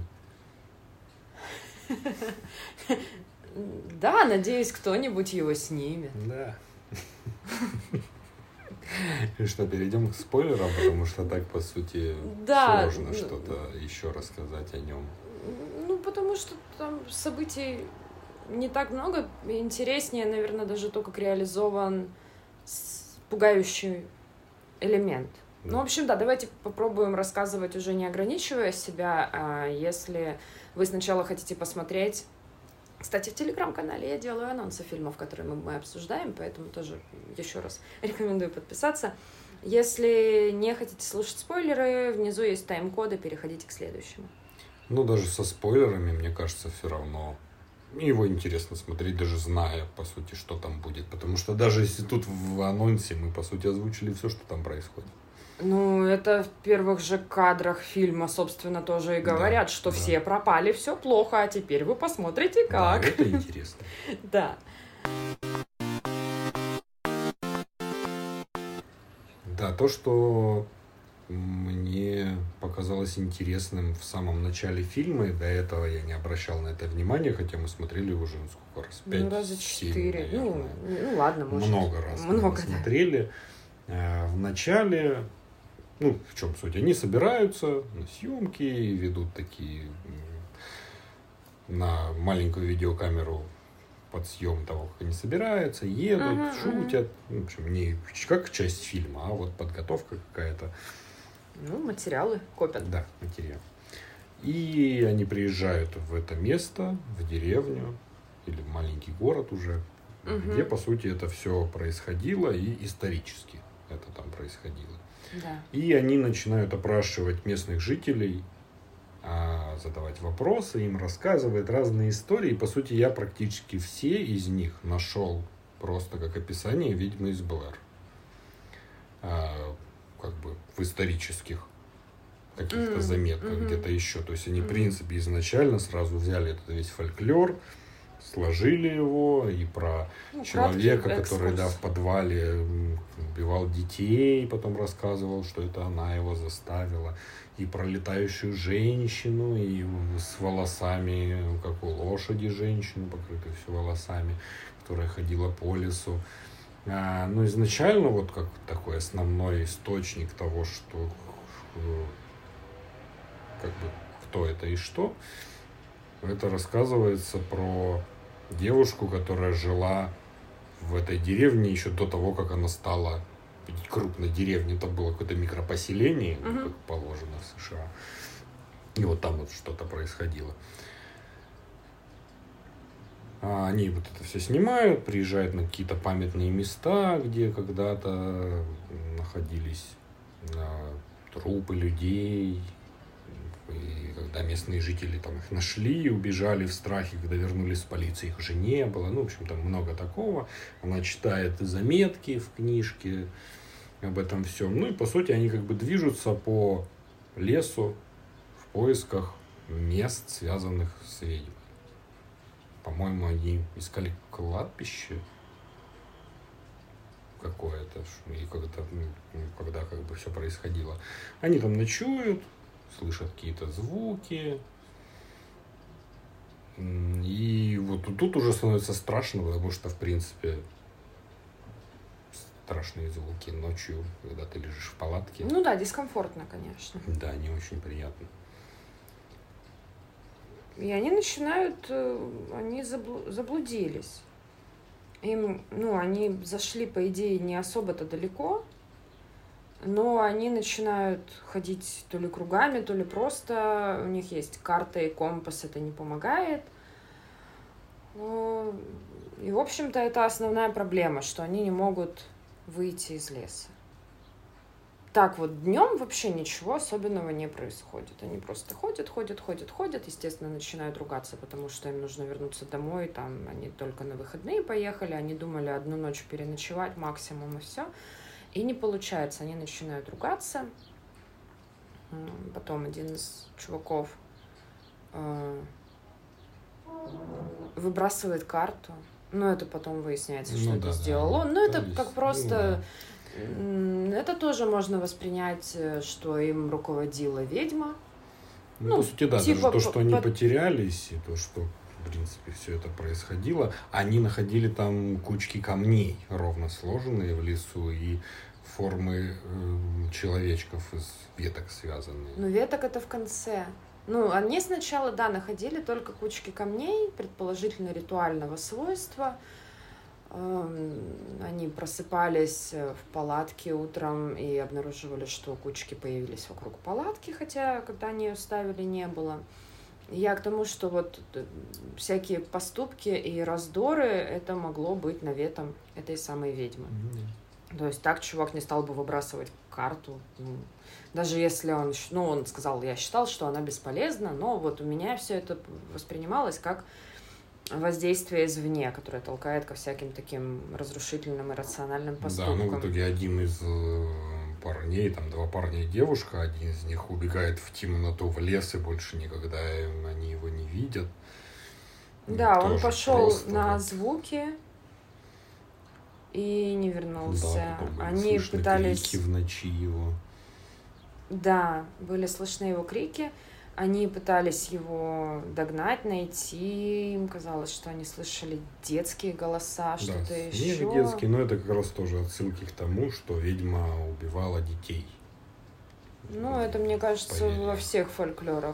Да, надеюсь, кто-нибудь его снимет. Да. И что, перейдем к спойлерам, потому что так, по сути, Да. сложно что-то еще рассказать о нем. Ну, потому что там событий не так много. Интереснее, наверное, даже то, как реализован пугающий элемент. Ну, в общем, да, давайте попробуем рассказывать уже не ограничивая себя, а если вы сначала хотите посмотреть. Кстати, в Телеграм-канале я делаю анонсы фильмов, которые мы обсуждаем, поэтому тоже еще раз рекомендую подписаться. Если не хотите слушать спойлеры, внизу есть тайм-коды, переходите к следующему. Ну, даже со спойлерами, мне кажется, все равно его интересно смотреть, даже зная, по сути, что там будет. Потому что даже если тут в анонсе мы, по сути, озвучили все, что там происходит. Ну, это в первых же кадрах фильма, собственно, тоже и говорят, да, что да. все пропали, все плохо, а теперь вы посмотрите как. Да, это интересно. Да. Да, то, что мне показалось интересным в самом начале фильма, и до этого я не обращал на это внимания, хотя мы смотрели уже сколько раз? 5, ну, раза 4. Ну, ладно, может. Много раз много, мы смотрели. В начале, ну, в чем суть? Они собираются на съемки, ведут такие на маленькую видеокамеру под съем того, как они собираются, едут, шутят. В общем, не как часть фильма, а вот подготовка какая-то. Ну, материалы копят. Да, материал. И они приезжают в это место, в деревню или в маленький город уже, где, по сути, это все происходило и исторически это там происходило. Да. И они начинают опрашивать местных жителей, задавать вопросы, им рассказывают разные истории. И, по сути, я практически все из них нашел просто как описание «Ведьмы из Блэр». Как бы в исторических каких-то заметках где-то еще. То есть они, в принципе, изначально сразу взяли этот весь фольклор, сложили его, и про человека, который, да, в подвале убивал детей, потом рассказывал, что это она его заставила, и про летающую женщину, и с волосами, как у лошади женщину, покрытую все волосами, которая ходила по лесу. Но изначально вот как такой основной источник того, что как бы кто это и что, это рассказывается про девушку, которая жила в этой деревне еще до того, как она стала крупной деревней. Это было какое-то микропоселение, как положено в США. И вот там вот что-то происходило. Они вот это все снимают, приезжают на какие-то памятные места, где когда-то находились трупы людей. И когда местные жители там их нашли, убежали в страхе, когда вернулись с полиции, их уже не было. Ну, в общем, там много такого. Она читает заметки в книжке об этом всем. Ну и, по сути, они как бы движутся по лесу в поисках мест, связанных с ведьмой. По-моему, они искали кладбище какое-то, и когда как бы все происходило. Они там ночуют, слышат какие-то звуки. И вот тут уже становится страшно, потому что, в принципе, страшные звуки ночью, когда ты лежишь в палатке. Ну да, дискомфортно, конечно. Да, не очень приятно. И они начинают, они заблудились. Им, ну, они зашли, по идее, не особо-то далеко, но они начинают ходить то ли кругами, то ли просто у них есть карта и компас, это не помогает. И, в общем-то, это основная проблема, что они не могут выйти из леса. Так вот, днем вообще ничего особенного не происходит. Они просто ходят. Естественно, начинают ругаться, потому что им нужно вернуться домой. Там они только на выходные поехали. Они думали одну ночь переночевать максимум, и все. И не получается. Они начинают ругаться. Потом один из чуваков выбрасывает карту. Но это потом выясняется, что это сделал он. Но это как просто... Это тоже можно воспринять, что им руководила ведьма. Ну, по сути, да, типа, даже то, что они потерялись, и то, что в принципе, все это происходило. Они находили там кучки камней, ровно сложенные в лесу, и формы человечков из веток связанные. Ну, веток это в конце. Ну, они сначала, да, находили только кучки камней, предположительно ритуального свойства. Они просыпались в палатке утром и обнаруживали, что кучки появились вокруг палатки, хотя когда они ее ставили, не было. Я к тому, что вот всякие поступки и раздоры, это могло быть наветом этой самой ведьмы. То есть так чувак не стал бы выбрасывать карту. Даже если он, ну, он сказал, я считал, что она бесполезна, но вот у меня все это воспринималось как воздействие извне, которое толкает ко всяким таким разрушительным и рациональным поступкам. Да, ну в итоге один из парней, там 2 парня и девушка, один из них убегает в темноту, в лес, и больше никогда они его не видят. Да, он пошел просто на звуки и не вернулся. Да, они пытались... крики в ночи его. Да, были слышны его крики. Они пытались его догнать, найти. Им казалось, что они слышали детские голоса, что-то еще. Детские, но это как раз тоже отсылки к тому, что ведьма убивала детей. Ну, это, мне кажется, во всех фольклорах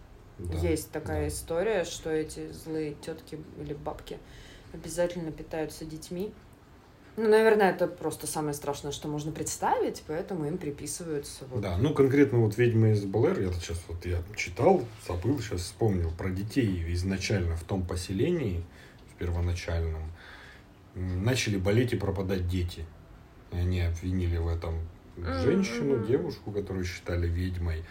есть такая история, что эти злые тетки или бабки обязательно питаются детьми. Ну, наверное, это просто самое страшное, что можно представить, поэтому им приписываются. Вот. Да, ну конкретно вот «Ведьма из Блэр», я читал, забыл, сейчас вспомнил про детей изначально в том поселении, в первоначальном, начали болеть и пропадать дети. И они обвинили в этом женщину, девушку, которую считали ведьмой,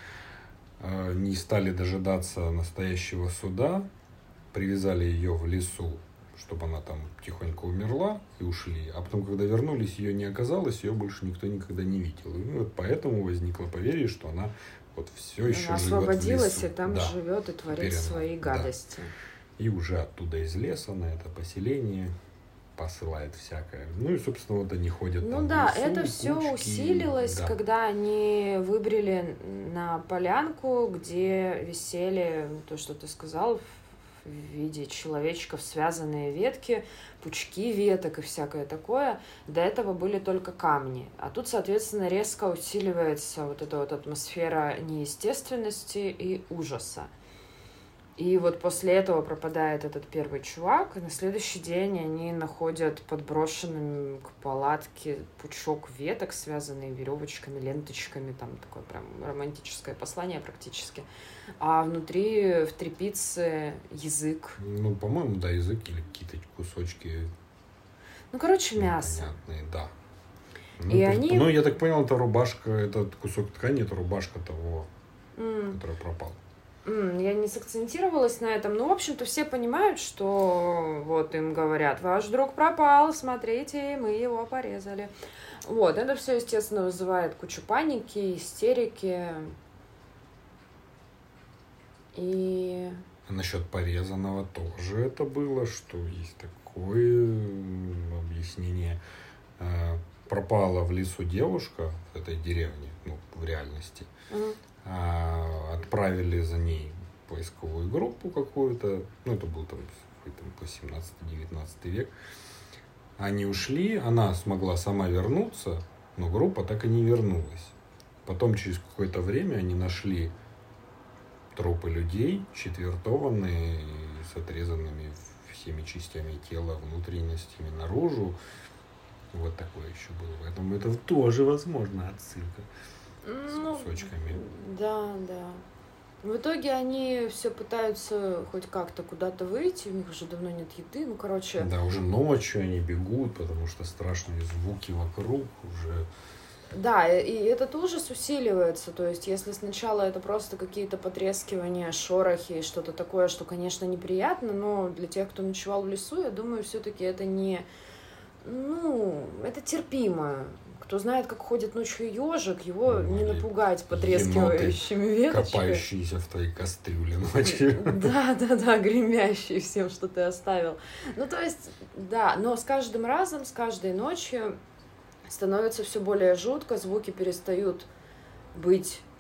не стали дожидаться настоящего суда, привязали ее в лесу, чтобы она там тихонько умерла, и ушли. А потом, когда вернулись, ее не оказалось, ее больше никто никогда не видел. И вот поэтому возникло поверье, что она вот все еще она живет в освободилась лесу. И там живет и творит свои гадости. Да. И уже оттуда из леса на это поселение посылает всякое. Ну и, собственно, вот они ходят там в лесу, это все усилилось, когда они выбрали на полянку, где висели, то, что ты сказал, в виде человечков связанные ветки, пучки веток и всякое такое. До этого были только камни. А тут, соответственно, резко усиливается вот эта вот атмосфера неестественности и ужаса. И вот после этого пропадает этот первый чувак, и на следующий день они находят подброшенным к палатке пучок веток, связанный веревочками, ленточками, там такое прям романтическое послание практически. А внутри в тряпице язык. Ну, по-моему, да, язык или какие-то кусочки. Ну, короче, мясо. Непонятные, да. И они... Ну, я так понял, это рубашка, этот кусок ткани, это рубашка того, который пропал. Я не сакцентировалась на этом. Ну, в общем-то, все понимают, что вот им говорят, ваш друг пропал, смотрите, мы его порезали. Вот, это все, естественно, вызывает кучу паники, истерики. И... Насчет порезанного тоже это было, что есть такое объяснение. Пропала в лесу девушка в этой деревне, ну, в реальности. Отправили за ней поисковую группу какую-то, ну, это был там 18-19 век. Они ушли, она смогла сама вернуться, но группа так и не вернулась. Потом через какое-то время они нашли трупы людей, четвертованные, с отрезанными всеми частями тела, внутренностями наружу. Вот такое еще было. Поэтому это тоже, возможно, отсылка. С кусочками. Да. В итоге они все пытаются хоть как-то куда-то выйти, у них уже давно нет еды, ну, короче... Да, уже ночью они бегут, потому что страшные звуки вокруг уже... Да, и этот ужас усиливается, то есть если сначала это просто какие-то потрескивания, шорохи, что-то такое, что, конечно, неприятно, но для тех, кто ночевал в лесу, я думаю, все-таки это не... Ну, это терпимо. Кто знает, как ходит ночью ежик, его не напугать потрескивающими веточками. Копающиеся в твоей кастрюле ночью. Да, гремящие всем, что ты оставил. Ну, то есть, да, но с каждым разом, с каждой ночью становится все более жутко, звуки перестают быть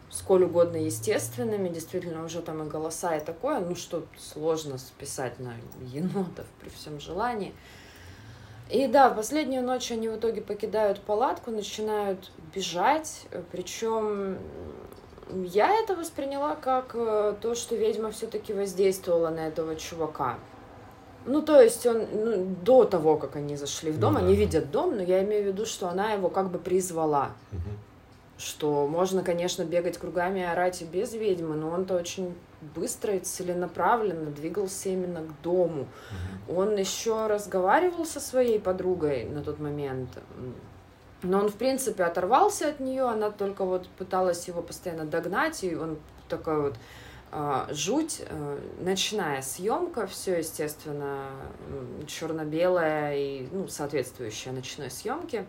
сколь угодно естественными, действительно уже там и голоса, и такое, ну что сложно списать на енотов при всем желании. И да, в последнюю ночь они в итоге покидают палатку, начинают бежать, причем я это восприняла как то, что ведьма все-таки воздействовала на этого чувака. Ну, то есть он, до того, как они зашли в дом, они видят дом, но я имею в виду, что она его как бы призвала. Что можно, конечно, бегать кругами и орать и без ведьмы, но он-то очень быстро и целенаправленно двигался именно к дому. Он еще разговаривал со своей подругой на тот момент, но он, в принципе, оторвался от нее, она только вот пыталась его постоянно догнать, и он такой вот жуть. Ночная съемка, все, естественно, черно-белая и, ну, соответствующая ночной съемке.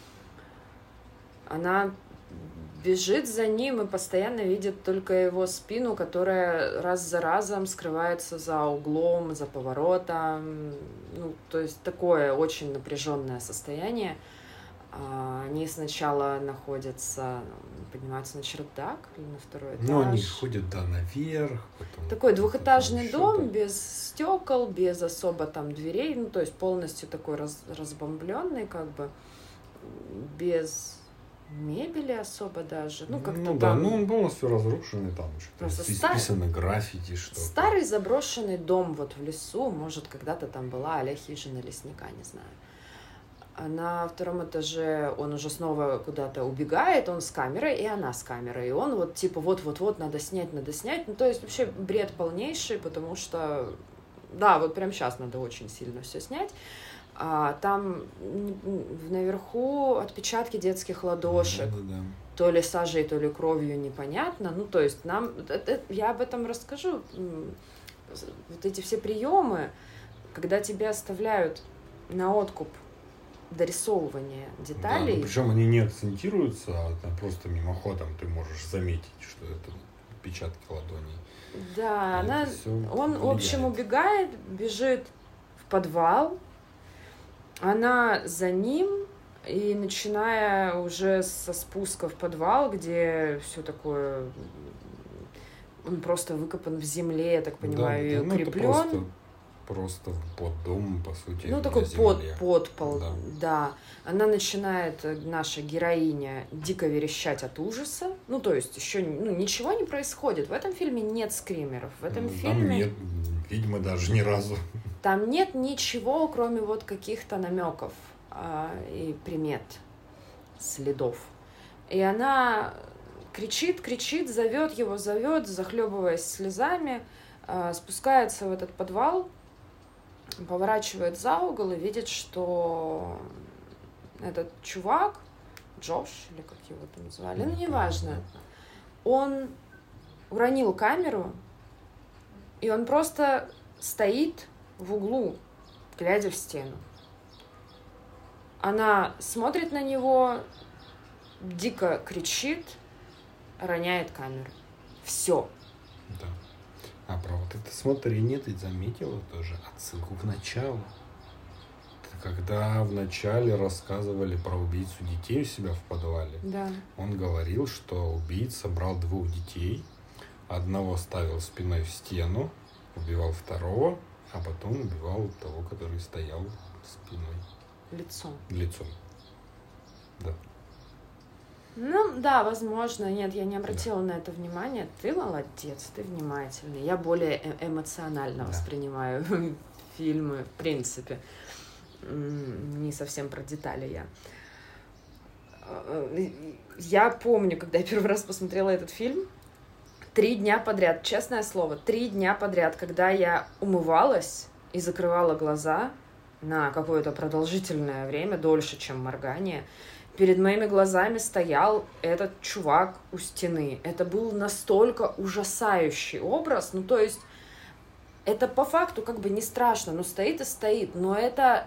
Она бежит за ним и постоянно видит только его спину, которая раз за разом скрывается за углом, за поворотом. Ну, то есть такое очень напряженное состояние. Они сначала находятся, поднимаются на чердак или на второй этаж. Ну, они ходят, да, наверх. Потом такой двухэтажный дом, без стекол, без особо там дверей, ну, то есть полностью такой разбомбленный, как бы, без мебели особо даже. Ну, как-то ну там... да, ну он полностью разрушенный, там что-то исписаны граффити, что-то. Старый заброшенный дом вот в лесу, может, когда-то там была а-ля хижина лесника, не знаю. А на втором этаже он уже снова куда-то убегает, он с камерой, и она с камерой. И он вот типа вот-вот-вот надо снять. Ну, то есть вообще бред полнейший, потому что, да, вот прямо сейчас надо очень сильно все снять. Там наверху отпечатки детских ладошек. Да. То ли сажей, то ли кровью, непонятно. Ну, то есть я об этом расскажу. Вот эти все приемы, когда тебя оставляют на откуп дорисовывание деталей. Да, причем они не акцентируются, а там просто мимоходом ты можешь заметить, что это отпечатки ладоней. Да, он, в общем, убегает, бежит в подвал, она за ним, и начиная уже со спуска в подвал, где все такое, он просто выкопан в земле, я так понимаю, и укреплен. Просто под дом, по сути. Ну, такой подпол, да. Она начинает, наша героиня, дико верещать от ужаса. Ну, то есть еще ничего не происходит. В этом фильме нет скримеров. В этом фильме... Там нет ведьмы даже ни разу. Там нет ничего, кроме вот каких-то намеков и примет, следов. И она кричит, зовет его, захлебываясь слезами, спускается в этот подвал, поворачивает за угол и видит, что этот чувак, Джош, или как его там звали, ну, неважно, он уронил камеру, и он просто стоит в углу, глядя в стену. Она смотрит на него, дико кричит, роняет камеру. Все. Да. А про вот это смотрение ты заметила тоже отсылку к началу. Когда в начале рассказывали про убийцу детей у себя в подвале, да. Он говорил, что убийца брал 2 детей, одного ставил спиной в стену, убивал второго, а потом убивал того, который стоял спиной. Лицом. Да. Ну, да, возможно. Нет, я не обратила на это внимания. Ты молодец, ты внимательный. Я более эмоционально воспринимаю фильмы, в принципе. Не совсем про детали я. Я помню, когда я первый раз посмотрела этот фильм, 3 дня подряд, честное слово, 3 дня подряд, когда я умывалась и закрывала глаза на какое-то продолжительное время, дольше, чем моргание, перед моими глазами стоял этот чувак у стены. Это был настолько ужасающий образ. Ну, то есть, это по факту как бы не страшно, но стоит и стоит. Но это...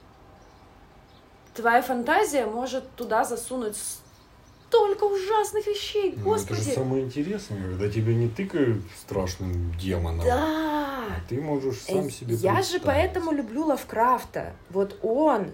Твоя фантазия может туда засунуть столько ужасных вещей, господи. Это же самое интересное, когда тебя не тыкают страшным демоном. Да. А ты можешь сам себе Я же поэтому люблю Лавкрафта. Вот он...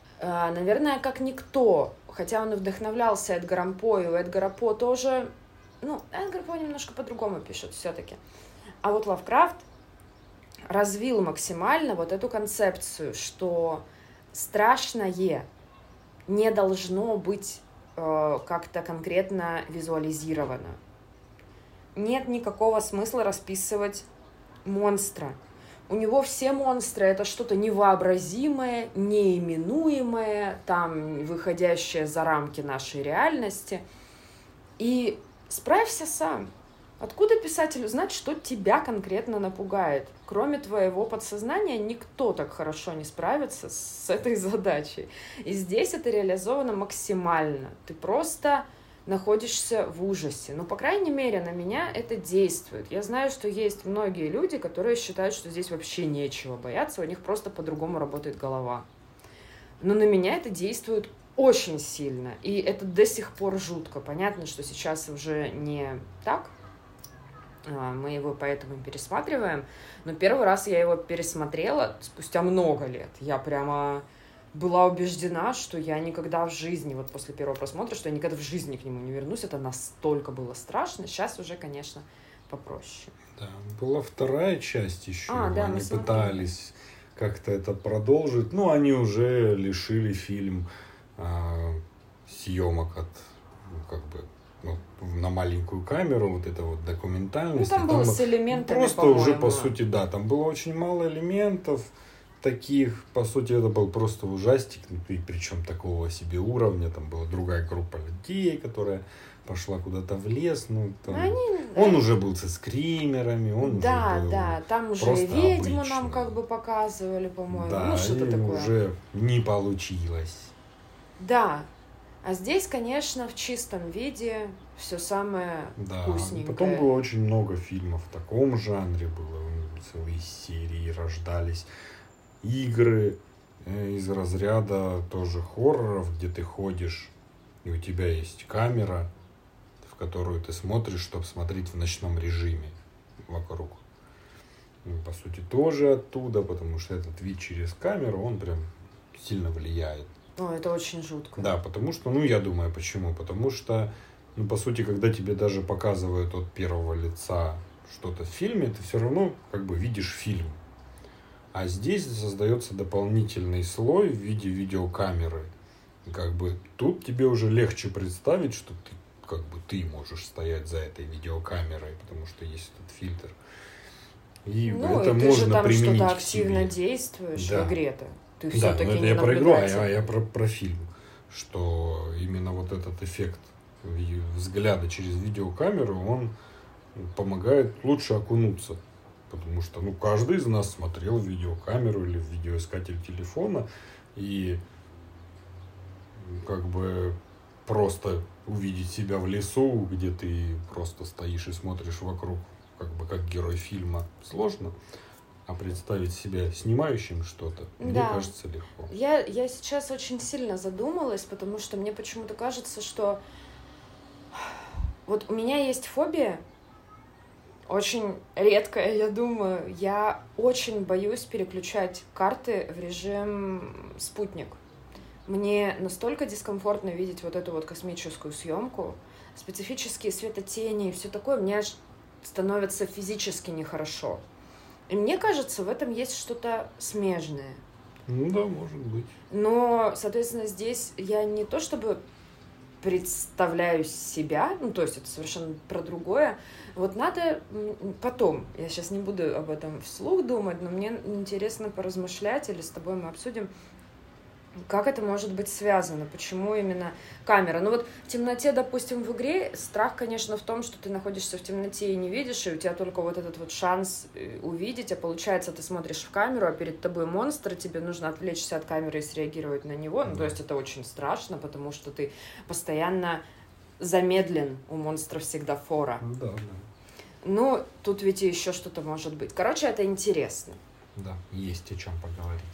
наверное, как никто, хотя он и вдохновлялся Эдгаром По, и у Эдгара По тоже Ну, Эдгар По немножко по-другому пишет все-таки. А вот Лавкрафт развил максимально вот эту концепцию, что страшное не должно быть как-то конкретно визуализировано. Нет никакого смысла расписывать монстра. У него все монстры — это что-то невообразимое, неименуемое, там, выходящее за рамки нашей реальности. И справься сам. Откуда писателю знать, что тебя конкретно напугает? Кроме твоего подсознания никто так хорошо не справится с этой задачей. И здесь это реализовано максимально. Ты просто находишься в ужасе. Но, по крайней мере, на меня это действует. Я знаю, что есть многие люди, которые считают, что здесь вообще нечего бояться, у них просто по-другому работает голова. Но на меня это действует очень сильно. И это до сих пор жутко. Понятно, что сейчас уже не так. Мы его поэтому пересматриваем. Но первый раз я его пересмотрела спустя много лет. Я прямо была убеждена, что я никогда в жизни, вот после первого просмотра, что я никогда в жизни к нему не вернусь. Это настолько было страшно. Сейчас уже, конечно, попроще. Да, была вторая часть еще. Да, они пытались как-то это продолжить. Ну, они уже лишили фильм съемок от, на маленькую камеру, вот это вот документальность. Ну, там было с элементами, просто уже, по сути, да, там было очень мало элементов таких. По сути, это был просто ужастик, и причем такого себе уровня. Там была другая группа людей, которая пошла куда-то в лес. Ну, там... Он уже был со скримерами, он да, уже был да, там уже и ведьму обычный. Нам как бы показывали, по-моему. Да, ну, что-то такое. Уже не получилось. Да. А здесь, конечно, в чистом виде все самое вкусненькое. Потом было очень много фильмов в таком жанре, было целые серии рождались. Игры из разряда тоже хорроров, где ты ходишь, и у тебя есть камера, в которую ты смотришь, чтобы смотреть в ночном режиме вокруг. И, по сути, тоже оттуда, потому что этот вид через камеру, он прям сильно влияет. Это очень жутко. Да, потому что, я думаю, почему? Потому что, по сути, когда тебе даже показывают от первого лица что-то в фильме, ты все равно как бы видишь фильм. А здесь создается дополнительный слой в виде видеокамеры. Как бы тут тебе уже легче представить, что ты можешь стоять за этой видеокамерой, потому что есть этот фильтр. И это и ты можно же там применить что-то к активно себе. действуешь Да. в игре-то. Ты Да, все-таки это не я про игру, я наблюдатель. про фильм. Что именно вот этот эффект взгляда через видеокамеру, он помогает лучше окунуться. Потому что, каждый из нас смотрел в видеокамеру или в видеоискатель телефона, и как бы просто увидеть себя в лесу, где ты просто стоишь и смотришь вокруг, как герой фильма, сложно. А представить себя снимающим что-то, мне кажется, легко. Я сейчас очень сильно задумалась, потому что мне почему-то кажется, что вот у меня есть фобия, очень редкая, я думаю. Я очень боюсь переключать карты в режим спутник. Мне настолько дискомфортно видеть вот эту вот космическую съемку, специфические светотени и все такое, мне аж становится физически нехорошо. И мне кажется, в этом есть что-то смежное. Да, может быть. Но, соответственно, здесь я не то чтобы представляю себя, то есть это совершенно про другое. Вот надо потом, я сейчас не буду об этом вслух думать, но мне интересно поразмышлять, или с тобой мы обсудим, как это может быть связано, почему именно камера. Вот в темноте, допустим, в игре страх, конечно, в том, что ты находишься в темноте и не видишь, и у тебя только вот этот вот шанс увидеть, а получается, ты смотришь в камеру, а перед тобой монстр, тебе нужно отвлечься от камеры и среагировать на него. То есть это очень страшно, потому что ты постоянно замедлен, у монстра всегда фора. Да. Тут ведь еще что-то может быть. Короче, это интересно. Да, есть о чем поговорить.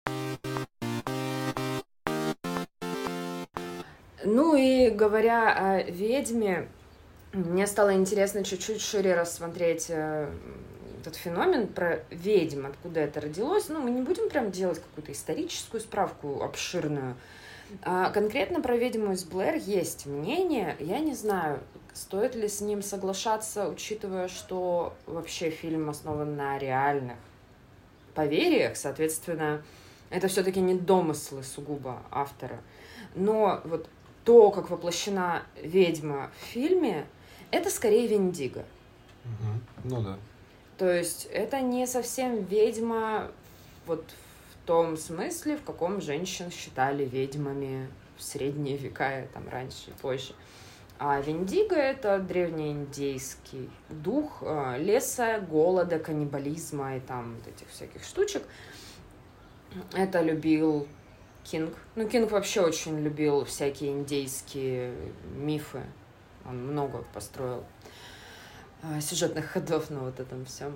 И говоря о ведьме, мне стало интересно чуть-чуть шире рассмотреть этот феномен про ведьм, откуда это родилось. Мы не будем прям делать какую-то историческую справку обширную, Конкретно про «Ведьму из Блэр» есть мнение. Я не знаю, стоит ли с ним соглашаться, учитывая, что вообще фильм основан на реальных поверьях, соответственно, это все-таки не домыслы сугубо автора. Но вот то, как воплощена ведьма в фильме, это скорее Вендиго. Ну да. То есть это не совсем ведьма вот в том смысле, в каком женщин считали ведьмами в средние века, там раньше и позже. А Вендиго — это древнеиндейский дух леса, голода, каннибализма и там вот этих всяких штучек. Это любил Кинг. Ну, Кинг вообще очень любил всякие индейские мифы. Он много построил сюжетных ходов на вот этом всем.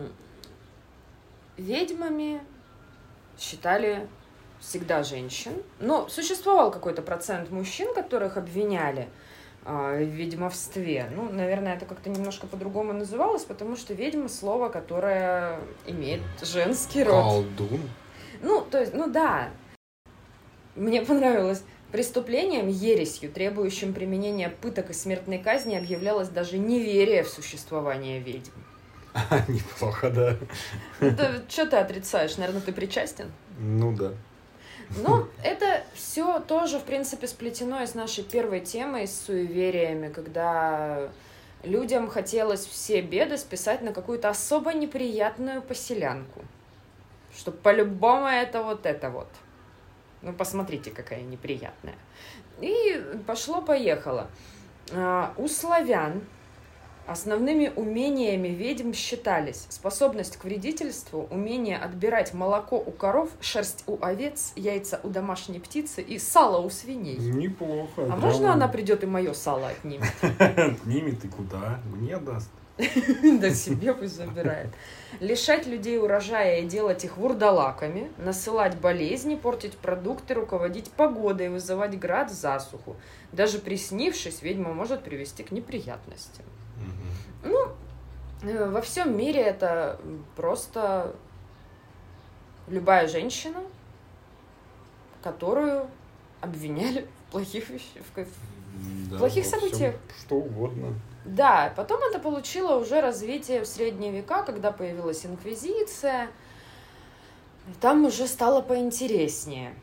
Ведьмами считали всегда женщин. Но существовал какой-то процент мужчин, которых обвиняли в ведьмовстве. Ну, наверное, это как-то немножко по-другому называлось, потому что ведьма — слово, которое имеет женский род. Колдун? Ну, то есть, ну да. Мне понравилось. Преступлением, ересью, требующим применения пыток и смертной казни, объявлялось даже неверие в существование ведьм. Неплохо, да. Это что ты отрицаешь? Наверное, ты причастен? Ну да. Но это все тоже, в принципе, сплетено и с нашей первой темой, с суевериями, когда людям хотелось все беды списать на какую-то особо неприятную поселянку. Что по-любому это вот. Ну, посмотрите, какая неприятная. И пошло-поехало. У славян основными умениями ведьм считались способность к вредительству, умение отбирать молоко у коров, шерсть у овец, яйца у домашней птицы и сало у свиней. Неплохо. А можно она придет и мое сало отнимет? Отнимет и куда? Мне даст. Да себе пусть забирает. Лишать людей урожая и делать их вурдалаками, насылать болезни, портить продукты, руководить погодой, вызывать град, засуху. Даже приснившись, ведьма может привести к неприятностям. Ну, во всем мире это просто любая женщина, которую обвиняли в плохих вещах, в плохих событиях. Что угодно. Да, потом это получило уже развитие в средние века, когда появилась инквизиция. Там уже стало поинтереснее.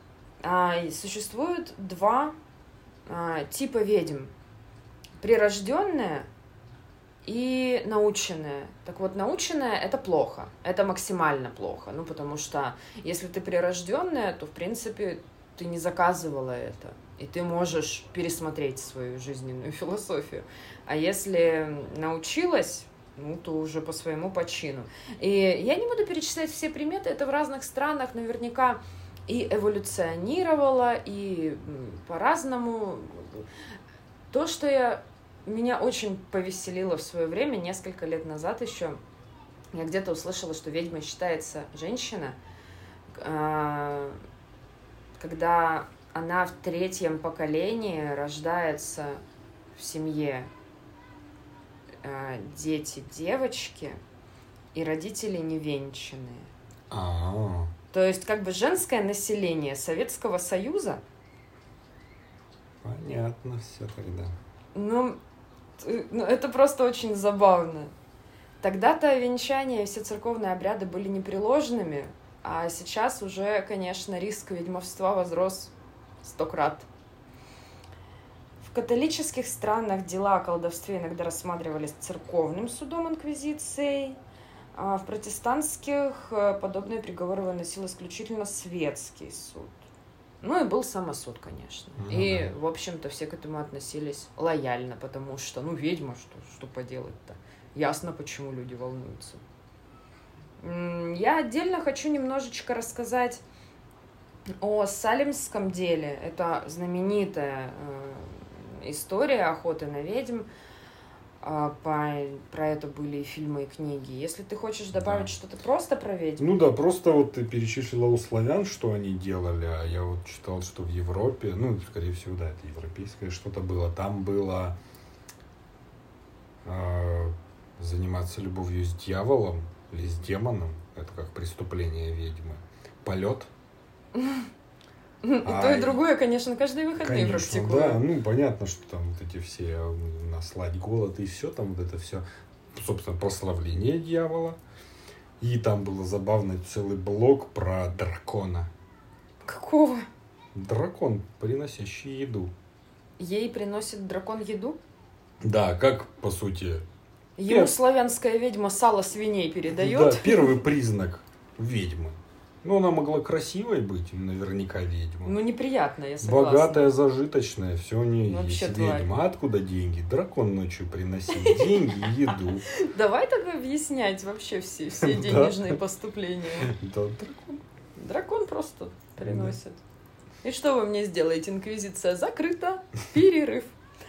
Существует два типа ведьм. Прирожденная и наученная. Так вот, наученная — это плохо. Это максимально плохо. Ну, потому что если ты прирожденная, то, в принципе, ты не заказывала это. И ты можешь пересмотреть свою жизненную философию. А если научилась, ну, то уже по своему почину. И я не буду перечислять все приметы, это в разных странах наверняка и эволюционировало, и по-разному. То, что меня очень повеселило в свое время, несколько лет назад еще, я где-то услышала, что ведьмой считается женщина, когда она в третьем поколении рождается в семье дети девочки и родители невенчанные. То есть как бы женское население Советского Союза. Понятно все тогда. Ну, это просто очень забавно. Тогда-то венчания и все церковные обряды были непреложными, а сейчас уже, конечно, риск ведьмовства возрос 100 крат. В католических странах дела о колдовстве иногда рассматривались церковным судом инквизицией, а в протестантских подобные приговоры выносил исключительно светский суд. Ну и был самосуд, конечно. И, в общем-то, все к этому относились лояльно, потому что, ну, ведьма, что поделать-то? Ясно, почему люди волнуются. Я отдельно хочу немножечко рассказать о салемском деле. Это знаменитая история охоты на ведьм. Про это были и фильмы, и книги. Если ты хочешь добавить что-то просто про ведьм. Ну да, просто вот ты перечислила у славян, что они делали, а я вот читал, что в Европе, ну, скорее всего, да, это европейское что-то было. Там было заниматься любовью с дьяволом или с демоном. Это как преступление ведьмы. Полет. И то, и другое, конечно, каждые выходные практикую. Да, ну, понятно, что там вот эти все наслать голод и все, там вот это все, собственно, прославление дьявола. И там было забавно целый блок про дракона. Какого? Дракон, приносящий еду. Ей приносит дракон еду? Да, как, по сути... Ему славянская ведьма сало свиней передает? Да, первый признак ведьмы. Ну, она могла красивой быть, наверняка ведьма. Ну, неприятно, я согласна. Богатая, зажиточная, все у нее вообще есть. тварь. Ведьма. А откуда деньги? Дракон ночью приносил деньги и еду. Давай тогда объяснять вообще все денежные поступления. Да, дракон. Дракон просто приносит. И что вы мне сделаете? Инквизиция закрыта. Перерыв.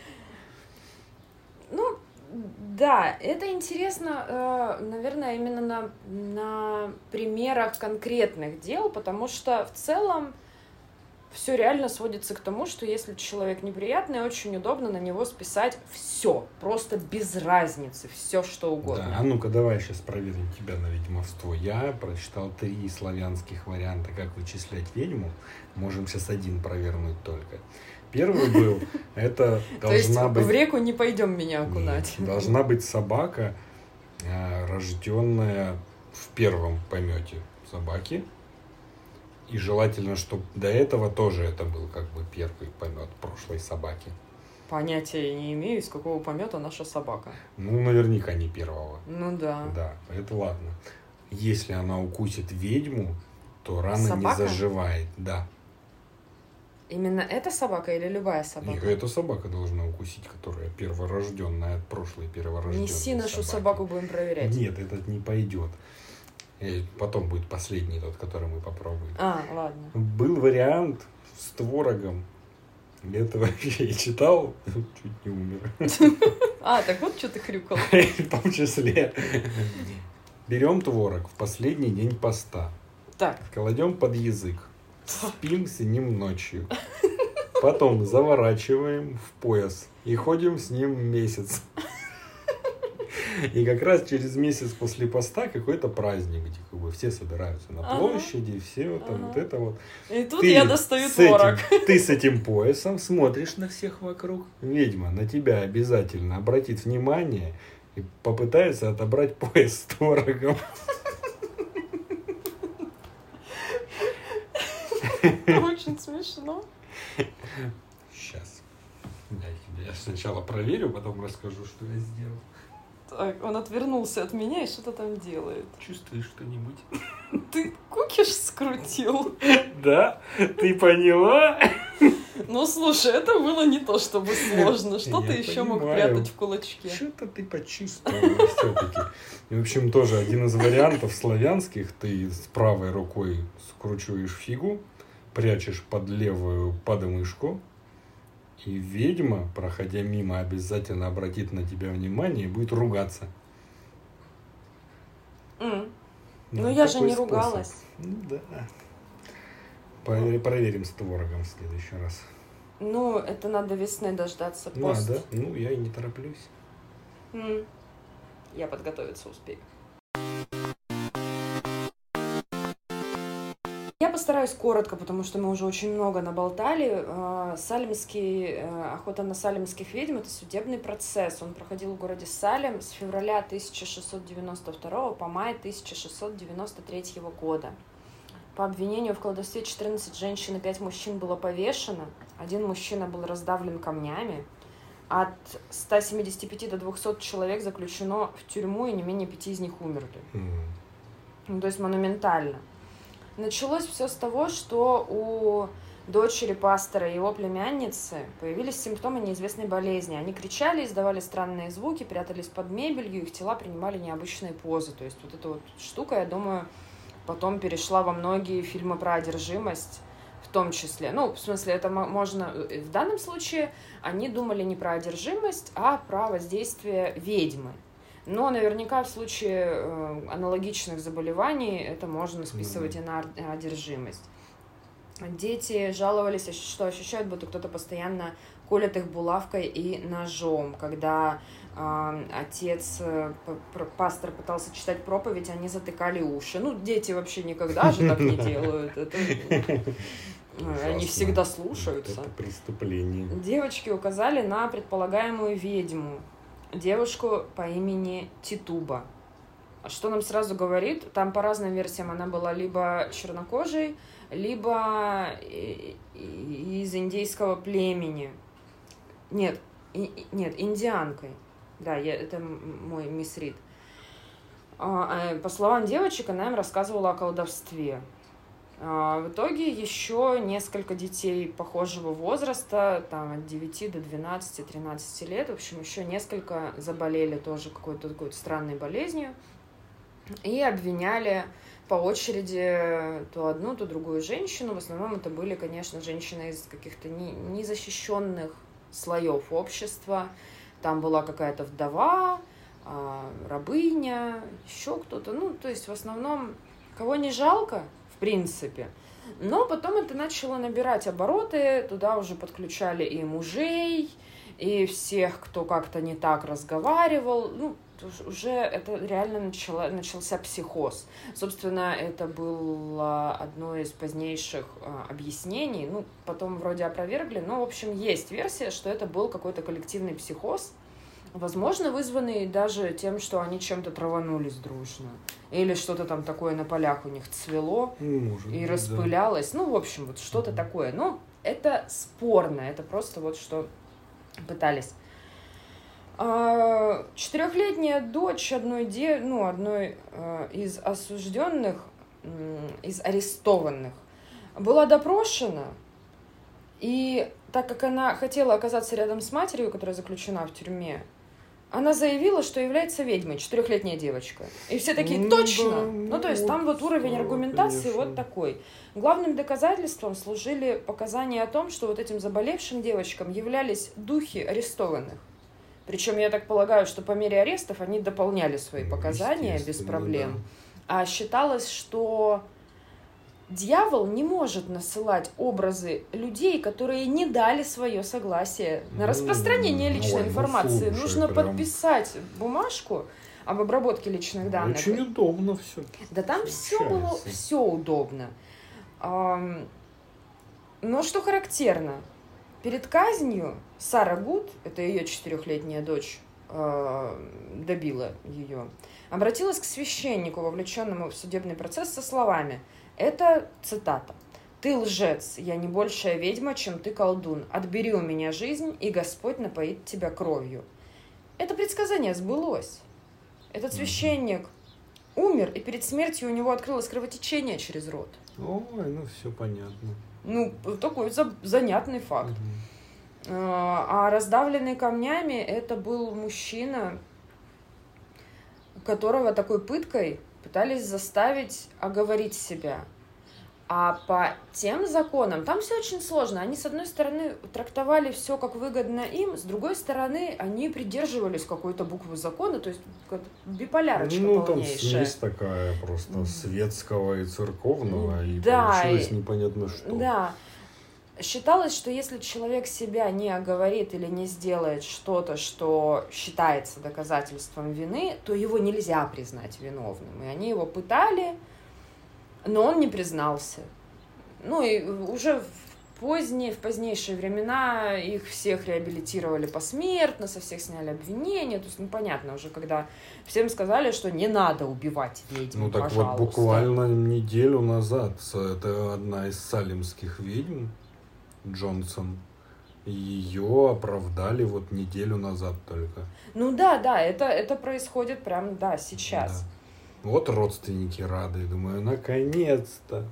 Ну, да, это интересно, наверное, именно на примерах конкретных дел, потому что в целом все реально сводится к тому, что если человек неприятный, очень удобно на него списать все, просто без разницы, все что угодно. Да, а ну-ка давай сейчас проверим тебя на ведьмовство. Я прочитал 3 славянских варианта, как вычислять ведьму. Можем сейчас один провернуть только. Первый был, это должна быть... в реку не пойдем меня окунать. Нет, должна быть собака, рожденная в первом помете собаки. И желательно, чтобы до этого тоже это был как бы первый помет прошлой собаки. Понятия не имею, из какого помета наша собака. Ну, наверняка не первого. Ну да. Да, это ладно. Если она укусит ведьму, то рана собака? не заживает. Да. Именно эта собака или любая собака? Нет, эта собака должна укусить, которая перворожденная от прошлой перворожденной Неси нашу собаки. собаку, будем проверять. Нет, этот не пойдет. Потом будет последний тот, который мы попробуем. Ладно. Был вариант с творогом. Это вообще я читал, чуть не умер. Так вот что ты хрюкал. В том числе. Берем творог в последний день поста. Так. Кладем под язык. Спим с ним ночью. Потом заворачиваем в пояс и ходим с ним месяц. И как раз через месяц после поста какой-то праздник, где как бы все собираются на площади, все там вот это вот. И тут я достаю творог. Ты с этим поясом смотришь на всех вокруг. Ведьма на тебя обязательно обратит внимание и попытается отобрать пояс с творогом. Это очень смешно. Сейчас. Я сначала проверю, потом расскажу, что я сделал. Так, он отвернулся от меня и что-то там делает. Чувствуешь что-нибудь? Ты кукиш скрутил? Да? Ты поняла? Ну, слушай, это было не то чтобы сложно. Что ты еще мог прятать в кулачке? Что-то ты почувствовала все-таки. И, в общем, тоже один из вариантов славянских. Ты с правой рукой скручиваешь фигу, прячешь под левую подмышку, и ведьма, проходя мимо, обязательно обратит на тебя внимание и будет ругаться. Ну, я же не ругалась. Ну, да. Проверим с творогом в следующий раз. Ну, это надо весны дождаться. Пост. Надо. Ну, я и не тороплюсь. Я подготовиться успею. Я постараюсь коротко, потому что мы уже очень много наболтали. Охота на салемских ведьм — это судебный процесс. Он проходил в городе Салем с февраля 1692 по май 1693 года. По обвинению в колдовстве 14 женщин и 5 мужчин было повешено. Один мужчина был раздавлен камнями. От 175 до 200 человек заключено в тюрьму, и не менее 5 из них умерли. Ну, то есть монументально. Началось все с того, что у дочери пастора и его племянницы появились симптомы неизвестной болезни. Они кричали, издавали странные звуки, прятались под мебелью, их тела принимали необычные позы. То есть вот эта вот штука, я думаю, потом перешла во многие фильмы про одержимость, в том числе. Ну, в смысле, это можно... В данном случае они думали не про одержимость, а про воздействие ведьмы. Но наверняка в случае аналогичных заболеваний это можно списывать и на одержимость. Дети жаловались, что ощущают, будто кто-то постоянно колет их булавкой и ножом. Когда пастор пытался читать проповедь, они затыкали уши. Ну, дети вообще никогда же так не делают. Это Они всегда слушаются. Это преступление. Девочки указали на предполагаемую ведьму, девушку по имени Титуба. Что нам сразу говорит? Там по разным версиям она была либо чернокожей, либо из индейского племени. Нет, индианкой. Да, это мой мисрид. По словам девочек, она им рассказывала о колдовстве. В итоге еще несколько детей похожего возраста, там от 9 до 12-13 лет, в общем, еще несколько заболели тоже какой-то странной болезнью и обвиняли по очереди то одну, то другую женщину. В основном это были, конечно, женщины из каких-то незащищенных слоев общества. Там была какая-то вдова, рабыня, еще кто-то. Ну, то есть в основном кого не жалко, в принципе. Но потом это начало набирать обороты, туда уже подключали и мужей, и всех, кто как-то не так разговаривал. Ну, уже это реально начался психоз. Собственно, это было одно из позднейших объяснений. Ну, потом вроде опровергли, но, в общем, есть версия, что это был какой-то коллективный психоз, возможно, вызванный даже тем, что они чем-то траванулись дружно. Или что-то там такое на полях у них цвело и распылялось. Да. Ну, в общем, вот что-то такое. Но это спорно, это просто вот что пытались. 4-летняя дочь одной из осужденных, из арестованных, была допрошена, и так как она хотела оказаться рядом с матерью, которая заключена в тюрьме, она заявила, что является ведьмой, 4-летняя девочка. И все такие, точно! Ну, то есть там вот уровень аргументации вот такой. Главным доказательством служили показания о том, что вот этим заболевшим девочкам являлись духи арестованных. Причем, я так полагаю, что по мере арестов они дополняли свои показания без проблем. Да. А считалось, что дьявол не может насылать образы людей, которые не дали свое согласие на распространение личной информации. Нужно подписать бумажку об обработке личных данных. Очень удобно все. Да там все было, все удобно. Но что характерно, перед казнью Сара Гуд, это ее 4-летняя дочь, добила ее, обратилась к священнику, вовлеченному в судебный процесс, со словами, это цитата, «Ты лжец, я не большая ведьма, чем ты колдун. Отбери у меня жизнь, и Господь напоит тебя кровью». Это предсказание сбылось. Этот священник умер, и перед смертью у него открылось кровотечение через рот. Ой, ну все понятно. Ну, такой занятный факт. А раздавленный камнями это был мужчина, которого такой пыткой пытались заставить оговорить себя. А по тем законам, там все очень сложно. Они, с одной стороны, трактовали все как выгодно им, с другой стороны, они придерживались какой-то буквы закона, то есть биполярочка полнейшая. Там смесь такая просто светского и церковного, и получилось непонятно что. Да. Считалось, что если человек себя не оговорит или не сделает что-то, что считается доказательством вины, то его нельзя признать виновным. И они его пытали, но он не признался. Ну и уже в позднейшие времена их всех реабилитировали посмертно, со всех сняли обвинения. То есть, понятно уже, когда всем сказали, что не надо убивать ведьм, ну так пожалуйста. Вот буквально неделю назад, это одна из салемских ведьм, Джонсон, ее оправдали вот неделю назад только. Ну да, это происходит прямо, сейчас. Да. Вот родственники рады, думаю, наконец-то.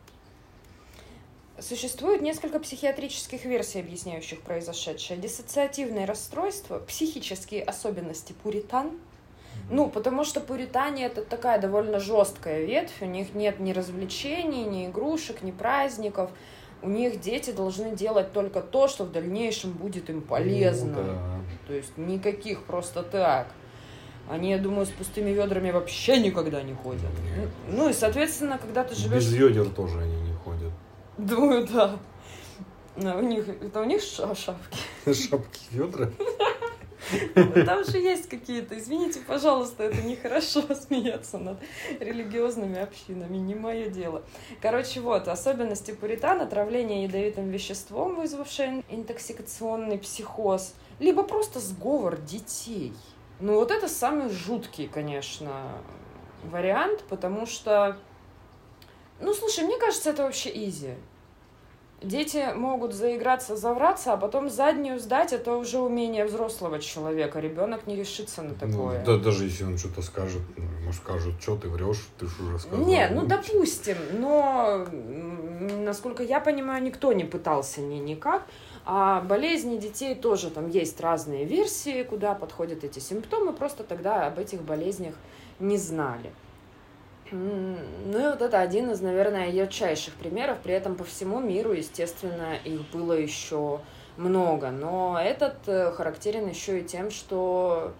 Существует несколько психиатрических версий, объясняющих произошедшее. Диссоциативное расстройство, психические особенности пуритан. Ну, потому что пуритане — это такая довольно жесткая ветвь, у них нет ни развлечений, ни игрушек, ни праздников. У них дети должны делать только то, что в дальнейшем будет им полезно. Ну, да. То есть никаких просто так. Они, я думаю, с пустыми ведрами вообще никогда не ходят. Нет. Ну и, соответственно, когда ты живешь... Без ведер тоже они не ходят. Думаю, да. У них шапки. Шапки ведра? Там же есть какие-то, извините, пожалуйста, это нехорошо смеяться над религиозными общинами, не мое дело. Короче, вот, особенности пуритан: отравление ядовитым веществом, вызвавшее интоксикационный психоз, либо просто сговор детей. Ну, вот это самый жуткий, конечно, вариант, потому что, ну, слушай, мне кажется, это вообще изи. Дети могут заиграться, завраться, а потом заднюю сдать. Это уже умение взрослого человека. Ребенок не решится на такое. Ну, да, даже если он что-то скажет, может, скажет, что ты врешь, ты же уже сказал. Не, ну, допустим, но, насколько я понимаю, никто не пытался никак. А болезни детей тоже, там есть разные версии, куда подходят эти симптомы, просто тогда об этих болезнях не знали. Ну и вот это один из, наверное, ярчайших примеров. При этом по всему миру, естественно, их было еще много. Но этот характерен еще и тем, что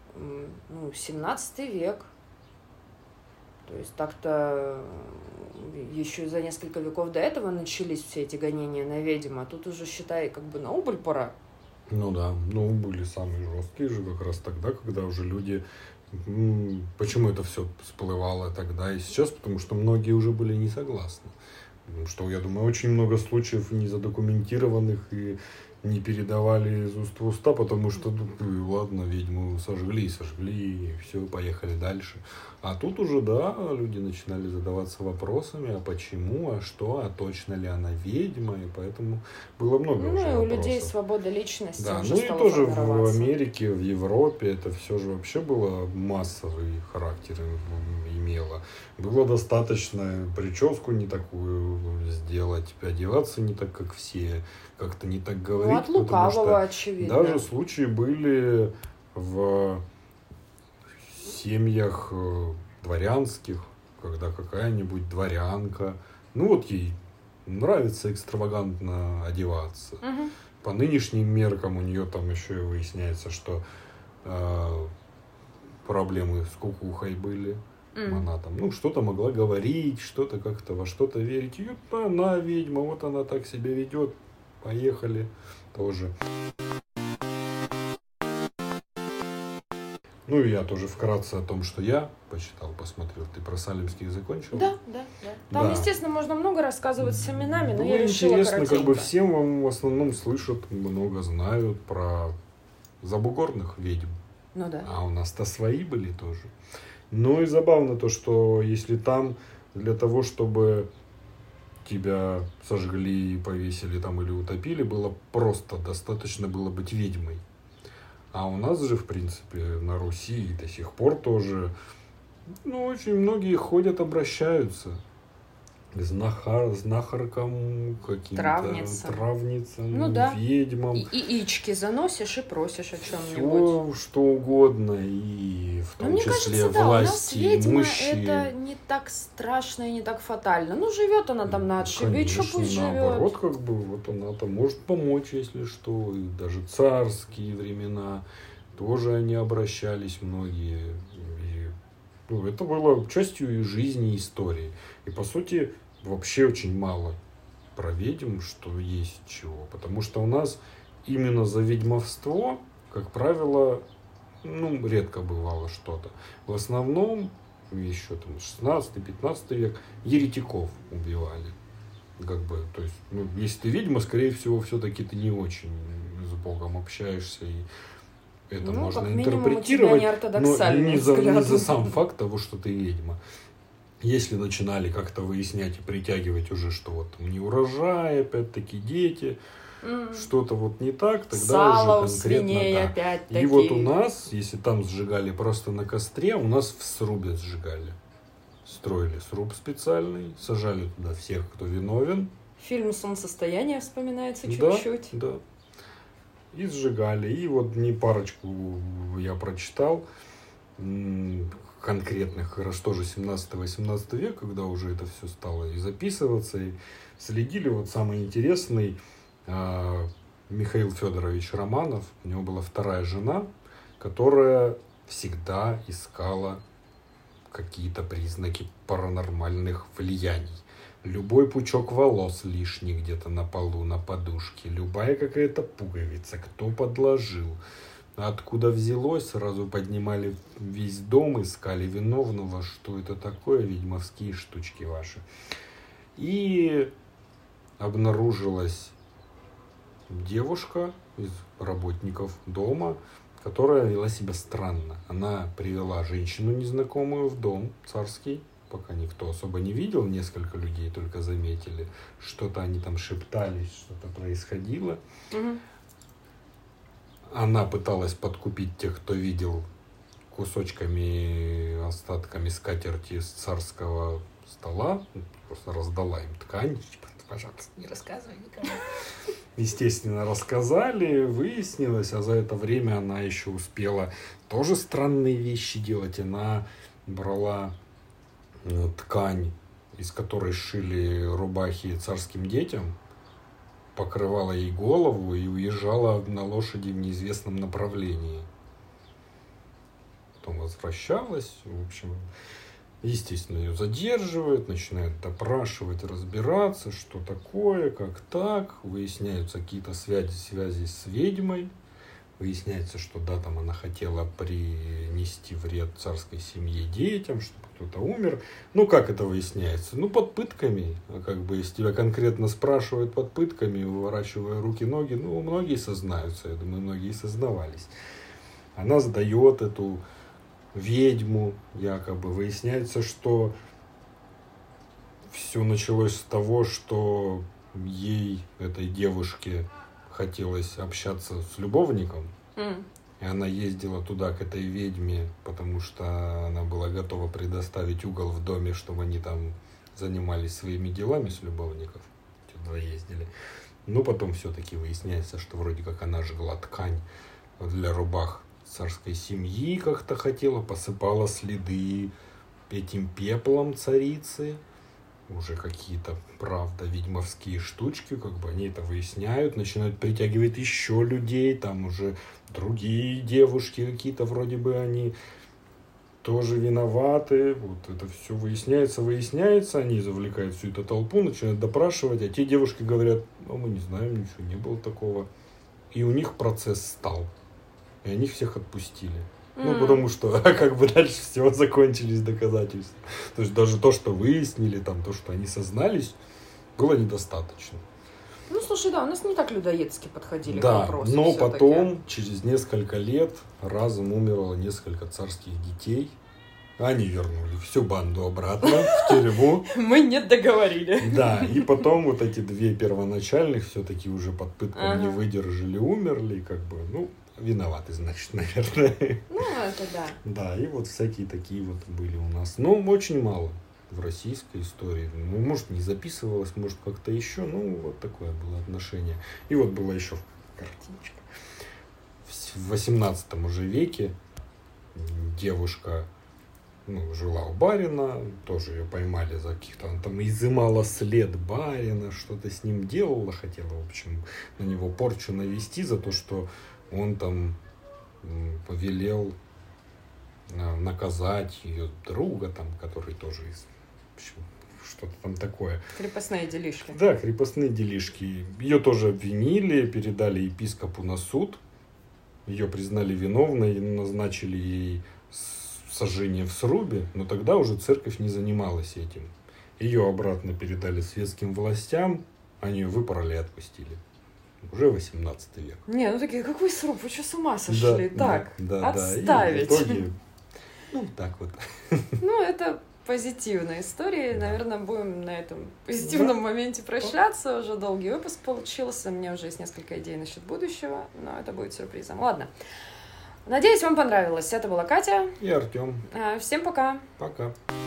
17 век. То есть так-то еще за несколько веков до этого начались все эти гонения на ведьм, а тут уже, считай, как бы на убыль пора. Ну да, ну были самые жесткие же как раз тогда, когда уже люди... Почему это все всплывало тогда и сейчас? Потому что многие уже были не согласны. Что, я думаю, очень много случаев незадокументированных и не передавали из уст в уста, потому что, ну, ладно, ведьму сожгли, и все, поехали дальше. А тут уже, да, люди начинали задаваться вопросами, а почему, а что, а точно ли она ведьма, и поэтому было много уже Ну, и у вопросов. людей свобода личности Да, уже ну и стала тоже в формироваться. Америке, в Европе это все же вообще было массовый характер имело. Было достаточно прическу не такую сделать, одеваться не так, как все, как-то не так говорить. Ну, от лукавого, очевидно. Даже случаи были в семьях дворянских, когда какая-нибудь дворянка, ну вот ей нравится экстравагантно одеваться. Угу. По нынешним меркам у нее там еще и выясняется, что проблемы с кукухой были. Она там, ну, что-то могла говорить, что-то как-то во что-то верить. И вот она ведьма, вот она так себя ведет. Поехали тоже. Ну и я тоже вкратце о том, что я почитал, посмотрел. Ты про Салемских закончил? Да. Там, Да. естественно, можно много рассказывать с именами, но Ну, я решила интересно, как бы коротенько. все в основном слышат, много знают про забугорных ведьм. Ну да. А у нас-то свои были тоже. Ну и забавно то, что если там для того, чтобы тебя сожгли и повесили там или утопили, было просто достаточно было быть ведьмой. А у нас же, в принципе, на Руси и до сих пор тоже, ну, очень многие ходят, обращаются к знахаркам, каким-то травницам, Ну да. ведьмам. И яички заносишь и просишь о чем-нибудь. Все, что угодно, и в том Мне числе кажется, да, у нас власти, ведьма имущие. это не так страшно и не так фатально. Ну, живет она там на отшибе, и что Конечно, пусть живет. наоборот, как бы, вот она там может помочь, если что. И даже царские времена тоже они обращались многие. И, ну, это было частью и жизни, и истории. И, по сути, вообще очень мало про ведьм, что есть чего. Потому что у нас именно за ведьмовство, как правило, ну, редко бывало что-то. В основном, еще там 16-15 век, еретиков убивали. Как бы, то есть, ну, если ты ведьма, скорее всего, все-таки ты не очень с Богом общаешься, и это Ну, можно как минимум, интерпретировать, у тебя но неортодоксальные не за взгляды. сам факт того, что ты ведьма. Если начинали как-то выяснять и притягивать уже, что вот там не урожай, опять-таки дети, что-то вот не так, тогда Сало уже у конкретно свиней да. опять-таки. И вот у нас, если там сжигали просто на костре, у нас в срубе сжигали. Строили сруб специальный, сажали туда всех, кто виновен. Фильм «Солнцестояние» вспоминается Да, чуть-чуть. да. И сжигали. И вот не парочку я прочитал конкретных, как раз тоже 17-18 век, когда уже это все стало и записываться, и следили. Вот самый интересный Михаил Федорович Романов, у него была вторая жена, которая всегда искала какие-то признаки паранормальных влияний. Любой пучок волос лишний где-то на полу, на подушке, любая какая-то пуговица, кто подложил. откуда взялось, сразу поднимали весь дом, искали виновного, что это такое, ведьмовские штучки ваши. И обнаружилась девушка из работников дома, которая вела себя странно. Она привела женщину незнакомую в дом царский, пока никто особо не видел, несколько людей только заметили. Что-то они там шептались, что-то происходило. Угу. Она пыталась подкупить тех, кто видел, кусочками, остатками скатерти с царского стола. Просто раздала им ткань. Пожалуйста, не рассказывай никому. Естественно, рассказали, выяснилось, а за это время она еще успела тоже странные вещи делать. Она брала ткань, из которой шили рубахи царским детям, покрывала ей голову и уезжала на лошади в неизвестном направлении. Потом возвращалась, в общем, естественно, ее задерживают, начинают допрашивать, разбираться, что такое, как так. Выясняются какие-то связи с ведьмой. Выясняется, что да, там она хотела принести вред царской семье и детям, чтобы кто-то умер. Ну, как это выясняется? Ну, под пытками. А как бы, если тебя конкретно спрашивают под пытками, выворачивая руки-ноги, ну, многие сознаются, я думаю, многие сознавались. Она сдает эту ведьму, якобы. Выясняется, что все началось с того, что ей, этой девушке, хотелось общаться с любовником. И она ездила туда, к этой ведьме, потому что она была готова предоставить угол в доме, чтобы они там занимались своими делами с любовников. Туда ездили. Но потом все-таки выясняется, что вроде как она жгла ткань для рубах царской семьи, как-то хотела, посыпала следы этим пеплом царицы. Уже какие-то, правда, ведьмовские штучки, как бы они это выясняют, начинают притягивать еще людей, там уже другие девушки какие-то, вроде бы они тоже виноваты. Вот это все выясняется, они завлекают всю эту толпу, начинают допрашивать, а те девушки говорят: ну, мы не знаем, ничего не было такого. И у них процесс стал, и они всех отпустили. Ну, потому что как бы дальше всего закончились доказательства. То есть даже то, что выяснили, там, то, что они сознались, было недостаточно. Ну, слушай, да, у нас не так людоедски подходили к Да, вопросу. но всё-таки. потом, через несколько лет, разом умерло несколько царских детей. Они вернули всю банду обратно в тюрьму. Мы не договорили. Да, и потом вот эти две первоначальных все-таки уже под пытками не выдержали, умерли, как бы, ну, виноваты, значит, наверное. Ну, это да. Да, и вот всякие такие вот были у нас. Но очень мало в российской истории. Ну, может, не записывалось, может, как-то еще. Ну, вот такое было отношение. И вот была еще картиночка. В 18 уже веке девушка, ну, жила у барина, тоже ее поймали за каких-то... Она там изымала след барина, что-то с ним делала, хотела, в общем, на него порчу навести за то, что он там повелел наказать ее друга, там, который тоже в общем, что-то там такое. Крепостные делишки. Да, крепостные делишки. Ее тоже обвинили, передали епископу на суд. Ее признали виновной, назначили ей сожжение в срубе, но тогда уже церковь не занималась этим. Ее обратно передали светским властям, они ее выпороли и отпустили. Уже 18 век. Не, ну такие, какой сруб, вы что, с ума сошли? Да, так, да, отставить. Да. И в итоге, ну, так вот. Ну, это позитивная история. Наверное, будем на этом позитивном моменте прощаться. Уже долгий выпуск получился. У меня уже есть несколько идей насчет будущего, но это будет сюрпризом. Ладно. Надеюсь, вам понравилось. Это была Катя. И Артем. Всем пока. Пока.